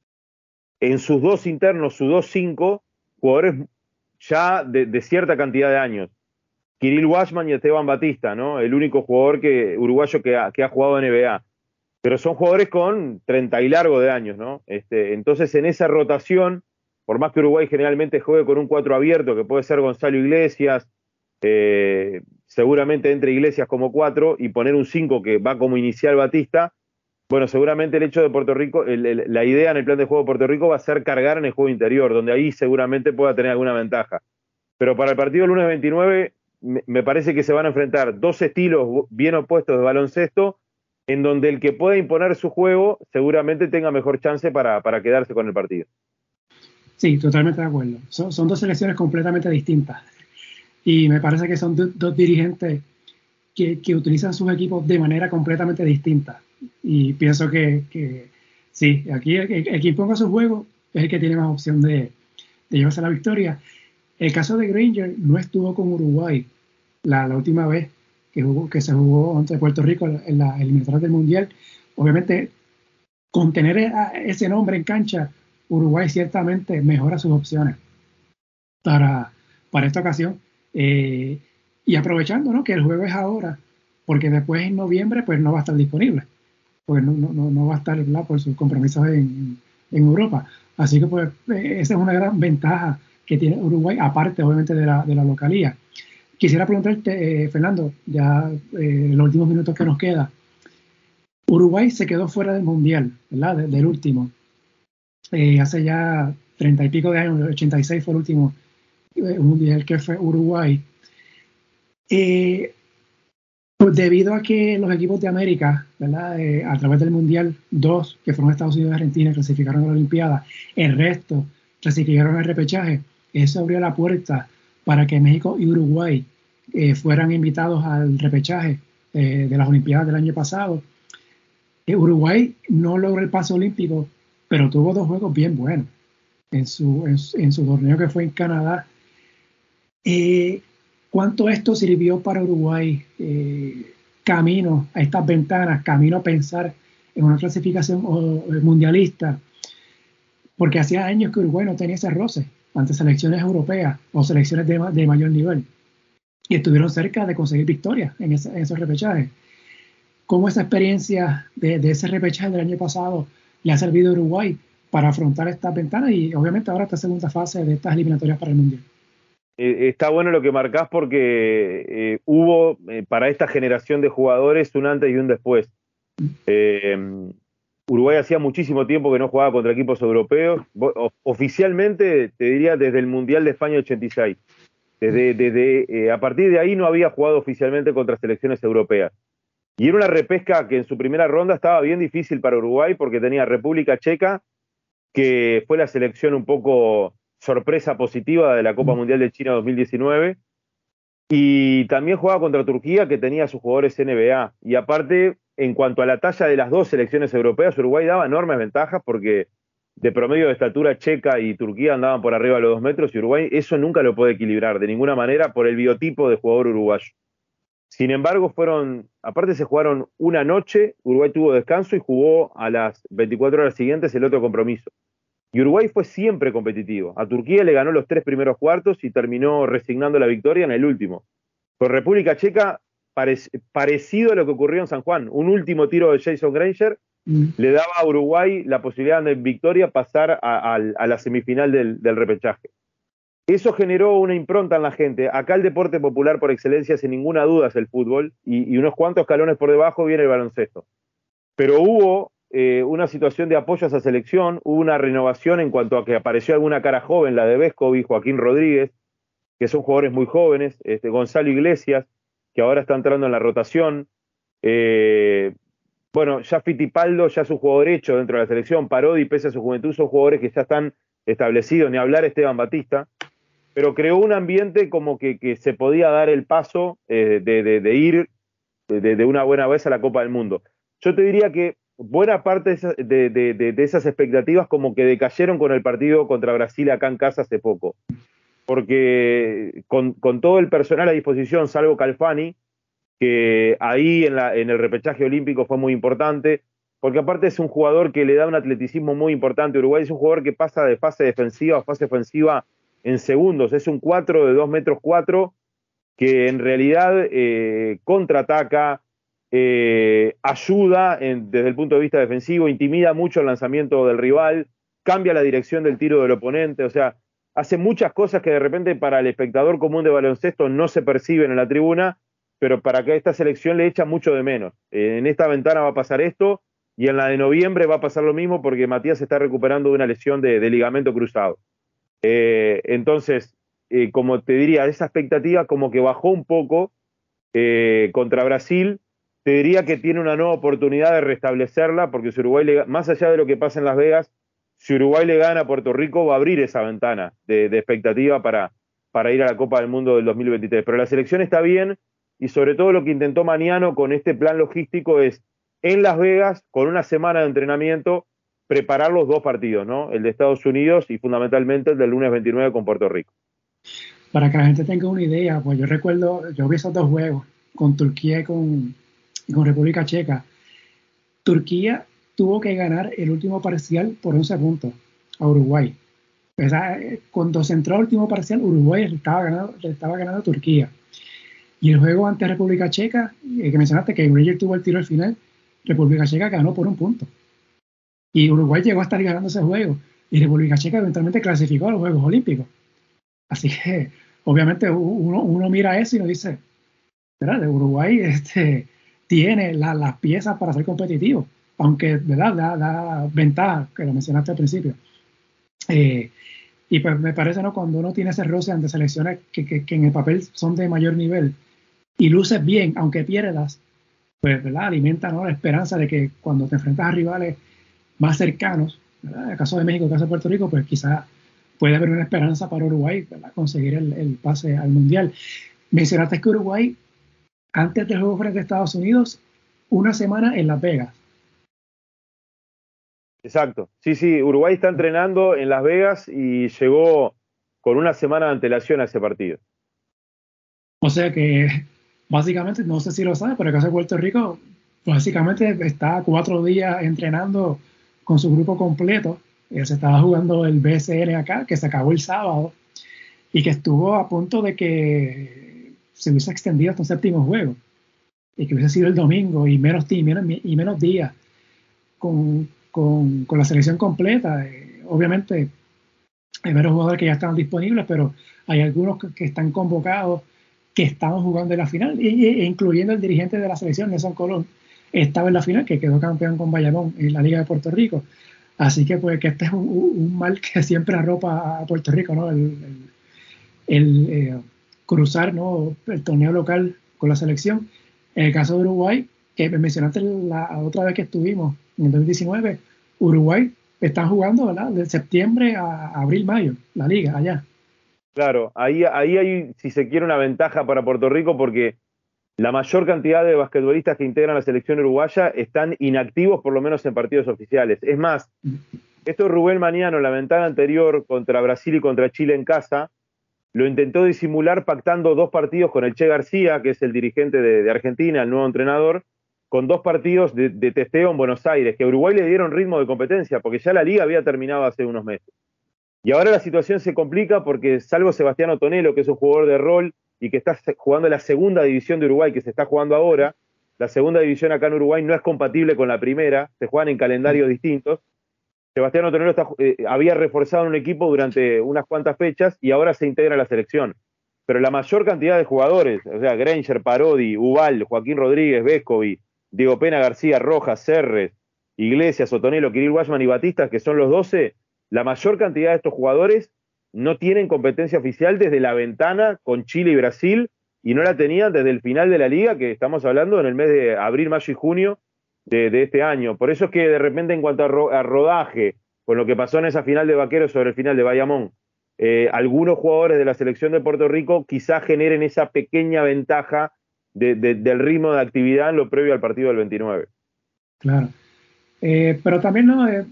en sus dos internos, sus dos cinco, jugadores ya de, de cierta cantidad de años. Kirill Washman y Esteban Batista, ¿no? El único jugador que, uruguayo que ha, que ha jugado en N B A. Pero son jugadores con treinta y largo de años, ¿no? Este, entonces, en esa rotación, por más que Uruguay generalmente juegue con un cuatro abierto, que puede ser Gonzalo Iglesias, Eh, seguramente entre Iglesias como cuatro y poner un cinco que va como inicial Batista, bueno, seguramente el hecho de Puerto Rico, el, el, la idea en el plan de juego de Puerto Rico va a ser cargar en el juego interior, donde ahí seguramente pueda tener alguna ventaja. Pero para el partido del lunes veintinueve me, me parece que se van a enfrentar dos estilos bien opuestos de baloncesto, en donde el que pueda imponer su juego seguramente tenga mejor chance para, para quedarse con el partido. Sí, totalmente de acuerdo. Son, son dos selecciones completamente distintas. Y me parece que son do, dos dirigentes que, que utilizan sus equipos de manera completamente distinta. Y pienso que, que sí, aquí el, el, el que ponga su juego es el que tiene más opción de, de llevarse la victoria. El caso de Granger no estuvo con Uruguay la, la última vez que, jugó, que se jugó ante Puerto Rico en la eliminatoria del Mundial. Obviamente, con tener a ese nombre en cancha, Uruguay ciertamente mejora sus opciones para, para esta ocasión. Eh, y aprovechando, ¿no?, que el juego es ahora, porque después en noviembre pues no va a estar disponible, pues no, no, no va a estar, ¿verdad?, por sus compromisos en, en Europa. Así que pues esa es una gran ventaja que tiene Uruguay, aparte obviamente de la, de la localía. Quisiera preguntarte, eh, Fernando, ya eh, en los últimos minutos que nos queda, Uruguay se quedó fuera del Mundial, ¿verdad?, de, del último. Eh, hace ya treinta y pico de años, ochenta y seis fue el último eh, Mundial que fue Uruguay. Eh, Pues debido a que los equipos de América, ¿verdad? Eh, a través del Mundial, dos, que fueron Estados Unidos y Argentina, clasificaron a la Olimpiada, el resto clasificaron al repechaje, eso abrió la puerta para que México y Uruguay eh, fueran invitados al repechaje eh, de las Olimpiadas del año pasado. Eh, Uruguay no logró el pase olímpico, pero tuvo dos juegos bien buenos en su, en, en su torneo que fue en Canadá. Eh, ¿Cuánto esto sirvió para Uruguay eh, camino a estas ventanas, camino a pensar en una clasificación o, o mundialista? Porque hacía años que Uruguay no tenía ese roce ante selecciones europeas o selecciones de, de mayor nivel. Y estuvieron cerca de conseguir victorias en, ese, en esos repechajes. ¿Cómo esa experiencia de, de ese repechaje del año pasado le ha servido a Uruguay para afrontar estas ventanas y obviamente ahora esta segunda fase de estas eliminatorias para el Mundial? Eh, está bueno lo que marcás porque eh, hubo eh, para esta generación de jugadores un antes y un después. Eh, Uruguay hacía muchísimo tiempo que no jugaba contra equipos europeos. O, oficialmente, te diría, desde el Mundial de España ochenta y seis. Desde, desde, eh, a partir de ahí no había jugado oficialmente contra selecciones europeas. Y era una repesca que en su primera ronda estaba bien difícil para Uruguay porque tenía República Checa, que fue la selección un poco sorpresa positiva de la Copa Mundial de China dos mil diecinueve, y también jugaba contra Turquía, que tenía sus jugadores N B A, y aparte, en cuanto a la talla de las dos selecciones europeas, Uruguay daba enormes ventajas porque de promedio de estatura Checa y Turquía andaban por arriba de los dos metros, y Uruguay eso nunca lo puede equilibrar de ninguna manera por el biotipo de jugador uruguayo. Sin embargo, fueron, aparte se jugaron una noche, Uruguay tuvo descanso y jugó a las veinticuatro horas siguientes el otro compromiso. Y Uruguay fue siempre competitivo. A Turquía le ganó los tres primeros cuartos y terminó resignando la victoria en el último. Con República Checa, pare, parecido a lo que ocurrió en San Juan. Un último tiro de Jason Granger mm. le daba a Uruguay la posibilidad de victoria pasar a, a, a la semifinal del, del repechaje. Eso generó una impronta en la gente. Acá el deporte popular por excelencia, sin ninguna duda, es el fútbol. Y, y unos cuantos escalones por debajo viene el baloncesto. Pero hubo Eh, una situación de apoyo a esa selección, hubo una renovación en cuanto a que apareció alguna cara joven, la de Vescovi, Joaquín Rodríguez, que son jugadores muy jóvenes, este, Gonzalo Iglesias, que ahora está entrando en la rotación, eh, bueno, ya Fittipaldo ya es un jugador hecho dentro de la selección, Parodi, pese a su juventud, son jugadores que ya están establecidos, ni hablar Esteban Batista, pero creó un ambiente como que, que se podía dar el paso eh, de, de, de ir de, de una buena vez a la Copa del Mundo. Yo te diría que buena parte de, esa, de, de, de, de esas expectativas como que decayeron con el partido contra Brasil acá en casa hace poco. Porque con, con todo el personal a disposición, salvo Calfani, que ahí en, la, en el repechaje olímpico fue muy importante, porque aparte es un jugador que le da un atleticismo muy importante. Uruguay es un jugador que pasa de fase defensiva a fase ofensiva en segundos. Es un cuatro de dos metros cuatro que en realidad eh, contraataca, Eh, ayuda en, desde el punto de vista defensivo, intimida mucho el lanzamiento del rival, cambia la dirección del tiro del oponente, o sea, hace muchas cosas que de repente para el espectador común de baloncesto no se perciben en la tribuna, pero para que esta selección le echa mucho de menos. Eh, en esta ventana va a pasar esto, y en la de noviembre va a pasar lo mismo porque Matías está recuperando de una lesión de, de ligamento cruzado. Eh, entonces, eh, como te diría, esa expectativa como que bajó un poco eh, contra Brasil. Te diría que tiene una nueva oportunidad de restablecerla, porque si Uruguay, le, más allá de lo que pasa en Las Vegas, si Uruguay le gana a Puerto Rico, va a abrir esa ventana de, de expectativa para, para ir a la Copa del Mundo del dos mil veintitrés. Pero la selección está bien, y sobre todo lo que intentó Mañano con este plan logístico es, en Las Vegas, con una semana de entrenamiento, preparar los dos partidos, ¿no? El de Estados Unidos y fundamentalmente el del lunes veintinueve con Puerto Rico. Para que la gente tenga una idea, pues yo recuerdo, yo vi esos dos juegos, con Turquía y con... con República Checa. Turquía tuvo que ganar el último parcial por once puntos a Uruguay. O sea, cuando se entró al último parcial, Uruguay estaba ganando, estaba ganando a Turquía. Y el juego ante República Checa, eh, que mencionaste que Granger tuvo el tiro al final, República Checa ganó por un punto. Y Uruguay llegó a estar ganando ese juego. Y República Checa eventualmente clasificó a los Juegos Olímpicos. Así que, obviamente, uno, uno mira eso y nos dice, ¿verdad? De Uruguay, este... tiene la, las piezas para ser competitivo, aunque ¿verdad? Da, da ventaja, que lo mencionaste al principio. Eh, y pues me parece, ¿no? Cuando uno tiene ese roce ante selecciones que, que, que en el papel son de mayor nivel, y luces bien, aunque pierdas, pues, ¿verdad? Alimenta, ¿no?, la esperanza de que cuando te enfrentas a rivales más cercanos, ¿verdad?, en el caso de México, en el caso de Puerto Rico, pues quizás puede haber una esperanza para Uruguay, ¿verdad?, conseguir el, el pase al Mundial. Mencionaste que Uruguay, antes del juego frente a Estados Unidos, una semana en Las Vegas. Exacto. Sí, sí, Uruguay está entrenando en Las Vegas y llegó con una semana de antelación a ese partido. O sea que, básicamente, no sé si lo sabes, pero el caso de Puerto Rico, básicamente está cuatro días entrenando con su grupo completo. Eh, se estaba jugando el B S N acá, que se acabó el sábado, y que estuvo a punto de que se hubiese extendido hasta un séptimo juego, y que hubiese sido el domingo, y menos, y menos, y menos días con, con, con la selección completa. Eh, obviamente, hay varios jugadores que ya están disponibles, pero hay algunos que, que están convocados, que estaban jugando en la final, e, incluyendo el dirigente de la selección, Nelson Colón, estaba en la final, que quedó campeón con Bayamón en la Liga de Puerto Rico. Así que, pues, que este es un, un mal que siempre arropa a Puerto Rico, ¿no? El, el, el eh, cruzar, ¿no?, el torneo local con la selección. En el caso de Uruguay, que mencionaste la otra vez que estuvimos, en el dos mil diecinueve, Uruguay están jugando, ¿verdad?, de septiembre a abril, mayo, la liga allá. Claro, ahí, ahí hay, si se quiere, una ventaja para Puerto Rico porque la mayor cantidad de basquetbolistas que integran la selección uruguaya están inactivos, por lo menos en partidos oficiales. Es más, esto Rubén Maniano, la ventana anterior contra Brasil y contra Chile en casa, lo intentó disimular pactando dos partidos con el Che García, que es el dirigente de, de Argentina, el nuevo entrenador, con dos partidos de, de testeo en Buenos Aires, que a Uruguay le dieron ritmo de competencia, porque ya la liga había terminado hace unos meses. Y ahora la situación se complica porque, salvo Sebastián Otonelo, que es un jugador de rol y que está jugando en la segunda división de Uruguay, que se está jugando ahora, la segunda división acá en Uruguay no es compatible con la primera, se juegan en calendarios distintos. Sebastián Otonelo está, eh, había reforzado un equipo durante unas cuantas fechas y ahora se integra a la selección. Pero la mayor cantidad de jugadores, o sea, Granger, Parodi, Ubal, Joaquín Rodríguez, Vescovi, Diego Pena, García, Rojas, Serres, Iglesias, Otonelo, Kirill Guachman y Batista, que son los doce, la mayor cantidad de estos jugadores no tienen competencia oficial desde la ventana con Chile y Brasil, y no la tenían desde el final de la liga, que estamos hablando en el mes de abril, mayo y junio de, de este año. Por eso es que de repente, en cuanto a, ro a rodaje, con lo que pasó en esa final de Vaqueros sobre el final de Bayamón, eh, algunos jugadores de la selección de Puerto Rico quizás generen esa pequeña ventaja de, de, del ritmo de actividad en lo previo al partido del veintinueve. Claro. Eh, pero también, ¿no?, eh,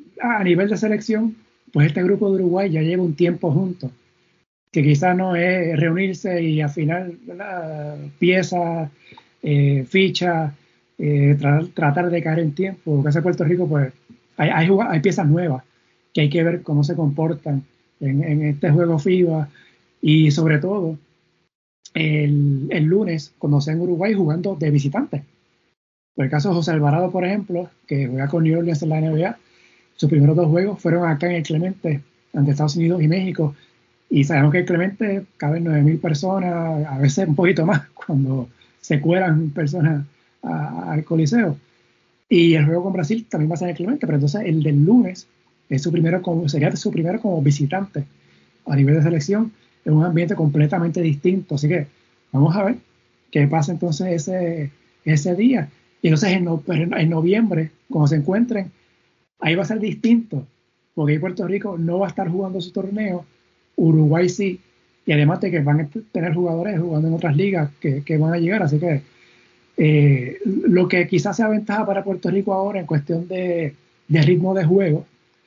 a nivel de selección, pues este grupo de Uruguay ya lleva un tiempo juntos, que quizás no es reunirse y afinar, ¿verdad?, piezas, eh, fichas, eh, tra tratar de caer en tiempo. En caso de Puerto Rico, pues hay, hay, hay piezas nuevas que hay que ver cómo se comportan en, en este juego FIBA, y sobre todo el, el lunes, cuando sea en Uruguay, jugando de visitante. Por el caso de José Alvarado, por ejemplo, que juega con New Orleans en la N B A, sus primeros dos juegos fueron acá en el Clemente, ante Estados Unidos y México, y sabemos que el Clemente caben nueve mil personas, a veces un poquito más, cuando se cuelan personas a, al Coliseo. Y el juego con Brasil también va a ser en el Clemente, pero entonces el del lunes es su primero como, sería su primero como visitante a nivel de selección, en un ambiente completamente distinto. Así que vamos a ver qué pasa entonces ese, ese día. Y entonces en, no, en noviembre, cuando se encuentren, ahí va a ser distinto, porque Puerto Rico no va a estar jugando su torneo, Uruguay sí, y además de que van a tener jugadores jugando en otras ligas que, que van a llegar. Así que eh, lo que quizás sea ventaja para Puerto Rico ahora en cuestión de, de ritmo de juego,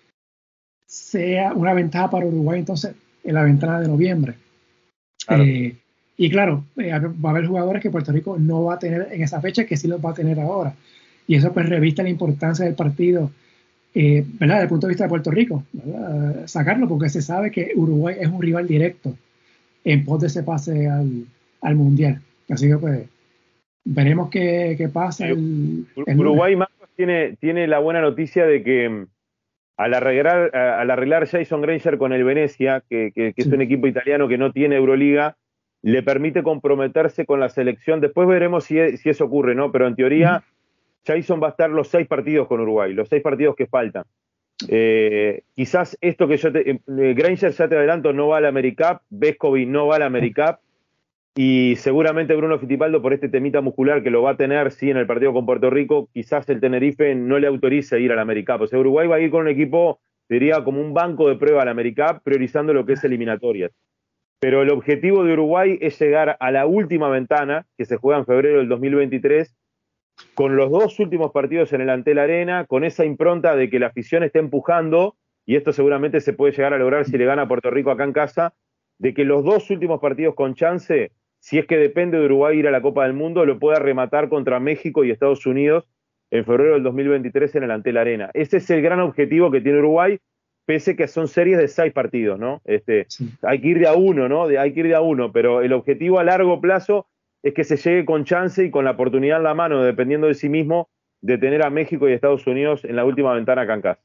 sea una ventaja para Uruguay entonces en la ventana de noviembre. Claro. Eh, y claro, eh, va a haber jugadores que Puerto Rico no va a tener en esa fecha, que sí los va a tener ahora. Y eso pues reviste la importancia del partido, eh, ¿verdad?, desde el punto de vista de Puerto Rico, ¿verdad?, sacarlo, porque se sabe que Uruguay es un rival directo en pos de ese pase al, al Mundial. Así que pues veremos qué, qué pasa. El, el Uruguay, Marcos, tiene, tiene la buena noticia de que al arreglar, al arreglar Jason Granger con el Venezia, que, que, que sí. es un equipo italiano que no tiene Euroliga, le permite comprometerse con la selección. Después veremos si, si eso ocurre, ¿no? Pero en teoría, uh-huh. Jason va a estar los seis partidos con Uruguay, los seis partidos que faltan. Eh, quizás esto que yo te... Eh, Granger, ya te adelanto, no va a la AmeriCup, Vescovi no va a la AmeriCup, y seguramente Bruno Fittipaldo, por este temita muscular que lo va a tener, sí, en el partido con Puerto Rico, quizás el Tenerife no le autorice ir al AmeriCup. O sea, Uruguay va a ir con un equipo, diría, como un banco de prueba al AmeriCup, priorizando lo que es eliminatorias. Pero el objetivo de Uruguay es llegar a la última ventana, que se juega en febrero del dos mil veintitrés, con los dos últimos partidos en el Antel Arena, con esa impronta de que la afición esté empujando, y esto seguramente se puede llegar a lograr si le gana a Puerto Rico acá en casa, de que los dos últimos partidos con chance, si es que depende de Uruguay ir a la Copa del Mundo, lo pueda rematar contra México y Estados Unidos en febrero del dos mil veintitrés en el Antel Arena. Ese es el gran objetivo que tiene Uruguay, pese que son series de seis partidos, ¿no? Este, sí. Hay que ir de a uno, ¿no? De, hay que ir de a uno, pero el objetivo a largo plazo es que se llegue con chance y con la oportunidad en la mano, dependiendo de sí mismo, de tener a México y Estados Unidos en la última ventana acá en casa.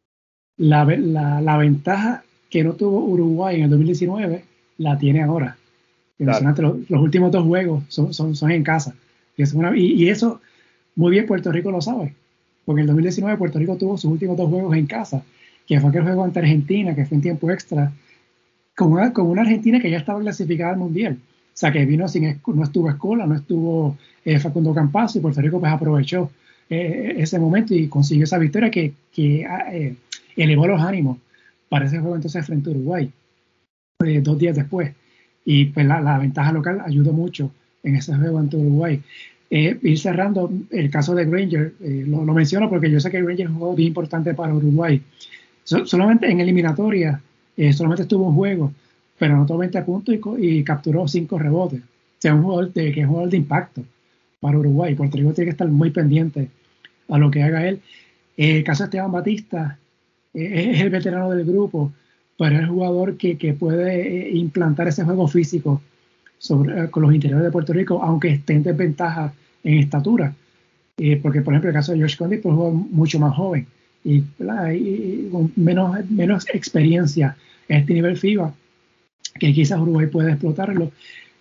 La, la, la ventaja que no tuvo Uruguay en el dos mil diecinueve la tiene ahora. Claro. Los, los últimos dos juegos son, son, son en casa. Y, es una, y, y eso, muy bien, Puerto Rico lo sabe. Porque en el dos mil diecinueve Puerto Rico tuvo sus últimos dos juegos en casa, que fue aquel juego ante Argentina, que fue en tiempo extra, con una, con una Argentina que ya estaba clasificada al Mundial. O sea, que vino sin, no estuvo Escola, no estuvo eh, Facundo Campazzo, y Puerto Rico pues aprovechó eh, ese momento y consiguió esa victoria que, que eh, elevó los ánimos para ese juego entonces frente a Uruguay, eh, dos días después. Y pues la, la ventaja local ayudó mucho en ese juego ante Uruguay. Eh, ir cerrando el caso de Granger, eh, lo, lo menciono porque yo sé que Granger es un juego bien importante para Uruguay. So, solamente en eliminatoria, eh, solamente estuvo un juego, pero anotó veinte puntos y, y capturó cinco rebotes. O sea, un jugador de, que es un jugador de impacto para Uruguay. Puerto Rico tiene que estar muy pendiente a lo que haga él. Eh, el caso de Esteban Batista, eh, es el veterano del grupo, pero es el jugador que, que puede eh, implantar ese juego físico sobre, eh, con los interiores de Puerto Rico, aunque esté en desventaja en estatura. Eh, porque, por ejemplo, el caso de George Condi, pues, es un jugador mucho más joven y, y, y con menos, menos experiencia en este nivel FIBA, que quizás Uruguay puede explotarlo.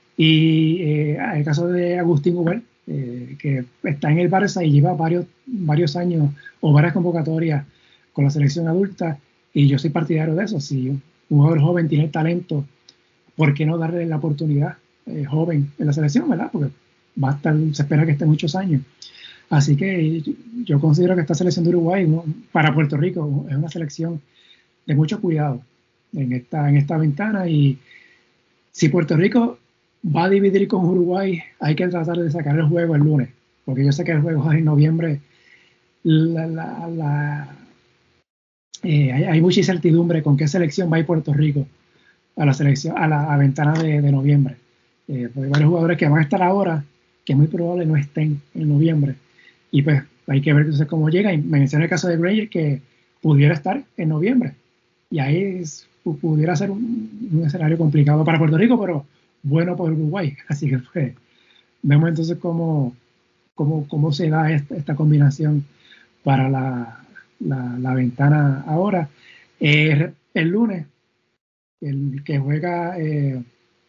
Y eh, el caso de Agustín Uber, eh, que está en el Barça y lleva varios, varios años o varias convocatorias con la selección adulta, y yo soy partidario de eso. Si un jugador joven tiene talento, ¿por qué no darle la oportunidad eh, joven en la selección, verdad? Porque va a estar, se espera que esté muchos años. Así que yo considero que esta selección de Uruguay, ¿no?, para Puerto Rico es una selección de mucho cuidado en esta, en esta ventana, y si Puerto Rico va a dividir con Uruguay, hay que tratar de sacar el juego el lunes, porque yo sé que el juego es en noviembre. La, la, la, eh, hay, hay mucha incertidumbre con qué selección va a ir Puerto Rico a la selección, a la a ventana de, de noviembre. Eh, porque hay varios jugadores que van a estar ahora que es muy probable no estén en noviembre, y pues hay que ver entonces cómo llega. Y me mencioné el caso de Granger, que pudiera estar en noviembre, y ahí es, pudiera ser un, un escenario complicado para Puerto Rico, pero bueno para Uruguay. Así que pues vemos entonces cómo, cómo, cómo se da esta, esta combinación para la, la, la ventana ahora. Eh, el lunes, el que juega eh,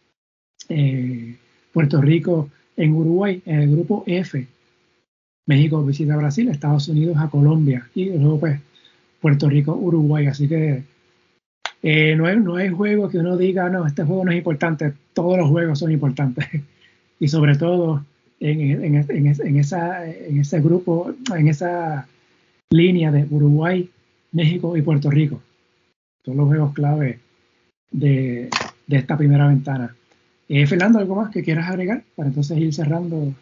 eh, Puerto Rico en Uruguay, en el grupo F, México visita a Brasil, Estados Unidos a Colombia, y luego pues Puerto Rico, Uruguay. Así que eh, no, es, no es juego que uno diga, no, este juego no es importante. Todos los juegos son importantes, y sobre todo en, en, en, en, esa, en ese grupo, en esa línea de Uruguay, México y Puerto Rico. Son los juegos clave de, de esta primera ventana. Eh, Fernando, ¿algo más que quieras agregar para entonces ir cerrando?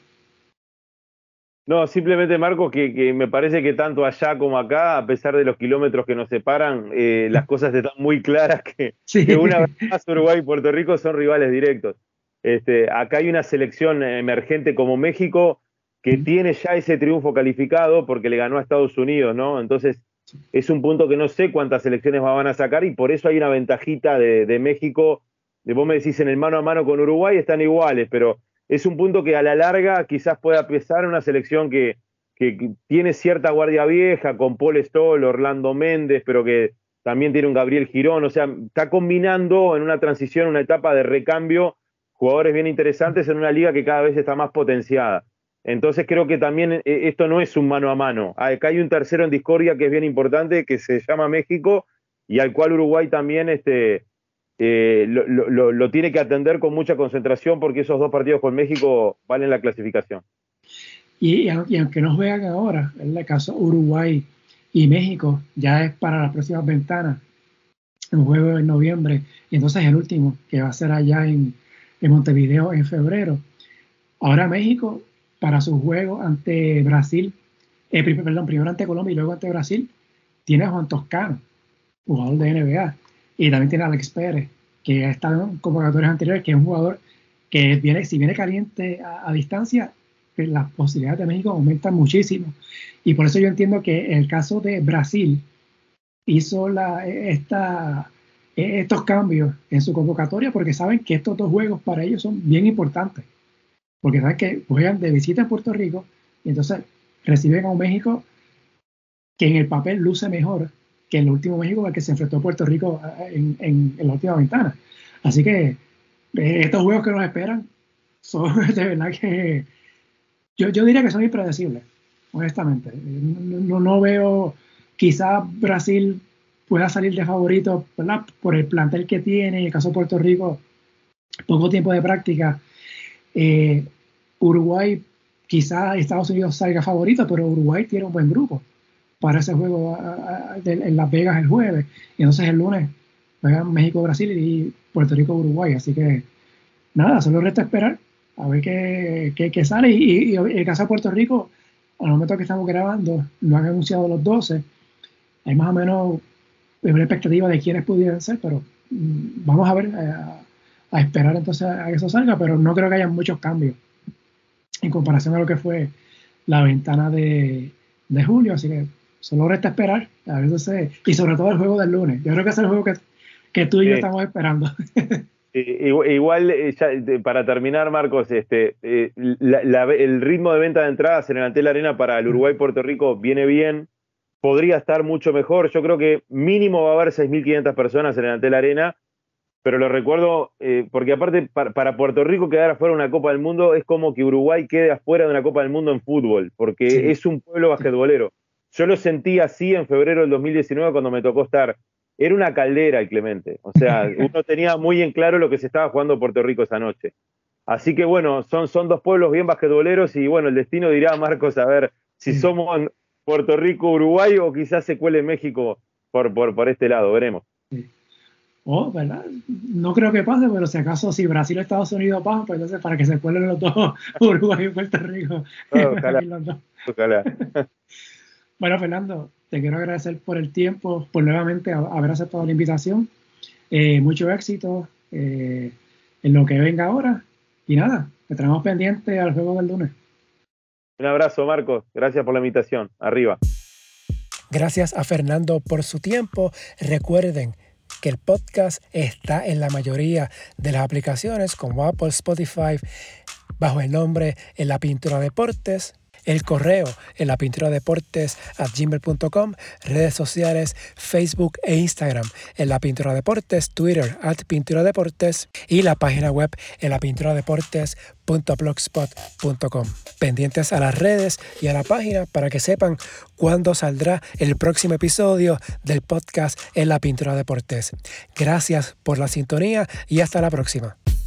No, simplemente, Marcos, que, que me parece que tanto allá como acá, a pesar de los kilómetros que nos separan, eh, las cosas están muy claras, que, sí. que una vez más Uruguay y Puerto Rico son rivales directos. Este, acá hay una selección emergente como México que mm. tiene ya ese triunfo calificado porque le ganó a Estados Unidos, ¿no? Entonces es un punto que no sé cuántas selecciones van a sacar, y por eso hay una ventajita de, de México. De, vos me decís, en el mano a mano con Uruguay están iguales, pero es un punto que a la larga quizás pueda pesar una selección que, que, que tiene cierta guardia vieja, con Paul Stoll, Orlando Méndez, pero que también tiene un Gabriel Girón. O sea, está combinando en una transición, una etapa de recambio, jugadores bien interesantes en una liga que cada vez está más potenciada. Entonces creo que también esto no es un mano a mano. Acá hay un tercero en discordia que es bien importante, que se llama México, y al cual Uruguay también este, eh, lo, lo, lo tiene que atender con mucha concentración porque esos dos partidos con México valen la clasificación. Y, y aunque nos vean ahora, en el caso Uruguay y México, ya es para las próximas ventanas, un juego en noviembre, y entonces el último, que va a ser allá en, en Montevideo en febrero. Ahora México, para su juego ante Brasil, eh, perdón, primero ante Colombia y luego ante Brasil, tiene a Juan Toscano, jugador de N B A, y también tiene a Alex Pérez, que ha estado en convocatorias anteriores, que es un jugador que viene, si viene caliente a, a distancia, las posibilidades de México aumentan muchísimo. Y por eso yo entiendo que en el caso de Brasil hizo la, esta, estos cambios en su convocatoria porque saben que estos dos juegos para ellos son bien importantes. Porque saben que juegan de visita en Puerto Rico y entonces reciben a un México que en el papel luce mejor que el último México al que se enfrentó Puerto Rico en, en, en la última ventana. Así que estos juegos que nos esperan son de verdad que Yo, yo diría que son impredecibles, honestamente. No, no, no veo, quizás Brasil pueda salir de favorito, ¿verdad? Por el plantel que tiene, en el caso de Puerto Rico, poco tiempo de práctica. Eh, Uruguay, quizás Estados Unidos salga favorito, pero Uruguay tiene un buen grupo para ese juego a, a, de, en Las Vegas el jueves. Y entonces el lunes juegan México-Brasil y Puerto Rico-Uruguay. Así que nada, solo resta esperar a ver qué, qué, qué sale. Y, y, y en el caso de Puerto Rico, al momento que estamos grabando, lo han anunciado los doce. Hay más o menos una expectativa de quiénes pudieran ser, pero mm, vamos a ver, a, a esperar entonces a que eso salga, pero no creo que haya muchos cambios en comparación a lo que fue la ventana de, de julio, así que solo resta esperar, a ver entonces, y sobre todo el juego del lunes. Yo creo que es el juego que, que tú y sí. yo estamos esperando. Igual, ya, para terminar, Marcos, este, eh, la, la, el ritmo de venta de entradas en el Antel Arena para el Uruguay-Puerto Rico viene bien, podría estar mucho mejor. Yo creo que mínimo va a haber seis mil quinientas personas en el Antel Arena, pero lo recuerdo eh, porque aparte para, para Puerto Rico quedar afuera de una Copa del Mundo es como que Uruguay quede afuera de una Copa del Mundo en fútbol, porque sí. es un pueblo basquetbolero. Yo lo sentí así en febrero del dos mil diecinueve cuando me tocó estar. Era una caldera el Clemente, o sea, uno tenía muy en claro lo que se estaba jugando Puerto Rico esa noche. Así que bueno, son, son dos pueblos bien basquetboleros y bueno, el destino dirá, Marcos, a ver si sí. somos Puerto Rico, Uruguay o quizás se cuele México por, por, por este lado, veremos. Sí. Oh, ¿verdad? No creo que pase, pero si acaso si Brasil o Estados Unidos pasan, pues entonces para que se cuelen los dos, Uruguay y Puerto Rico. Oh, ojalá, los dos. Ojalá. Bueno, Fernando, te quiero agradecer por el tiempo, por nuevamente haber aceptado la invitación. Eh, mucho éxito eh, en lo que venga ahora. Y nada, te traemos pendiente al juego del lunes. Un abrazo, Marcos. Gracias por la invitación. Arriba. Gracias a Fernando por su tiempo. Recuerden que el podcast está en la mayoría de las aplicaciones como Apple, Spotify, bajo el nombre En la Pintura Deportes. El correo en la pintura deportes arroba gmail punto com, redes sociales Facebook e Instagram en la pintura deportes, Twitter at pintura deportes y la página web en la pintura deportes punto blogspot punto com. Pendientes a las redes y a la página para que sepan cuándo saldrá el próximo episodio del podcast En la Pintura Deportes. Gracias por la sintonía y hasta la próxima.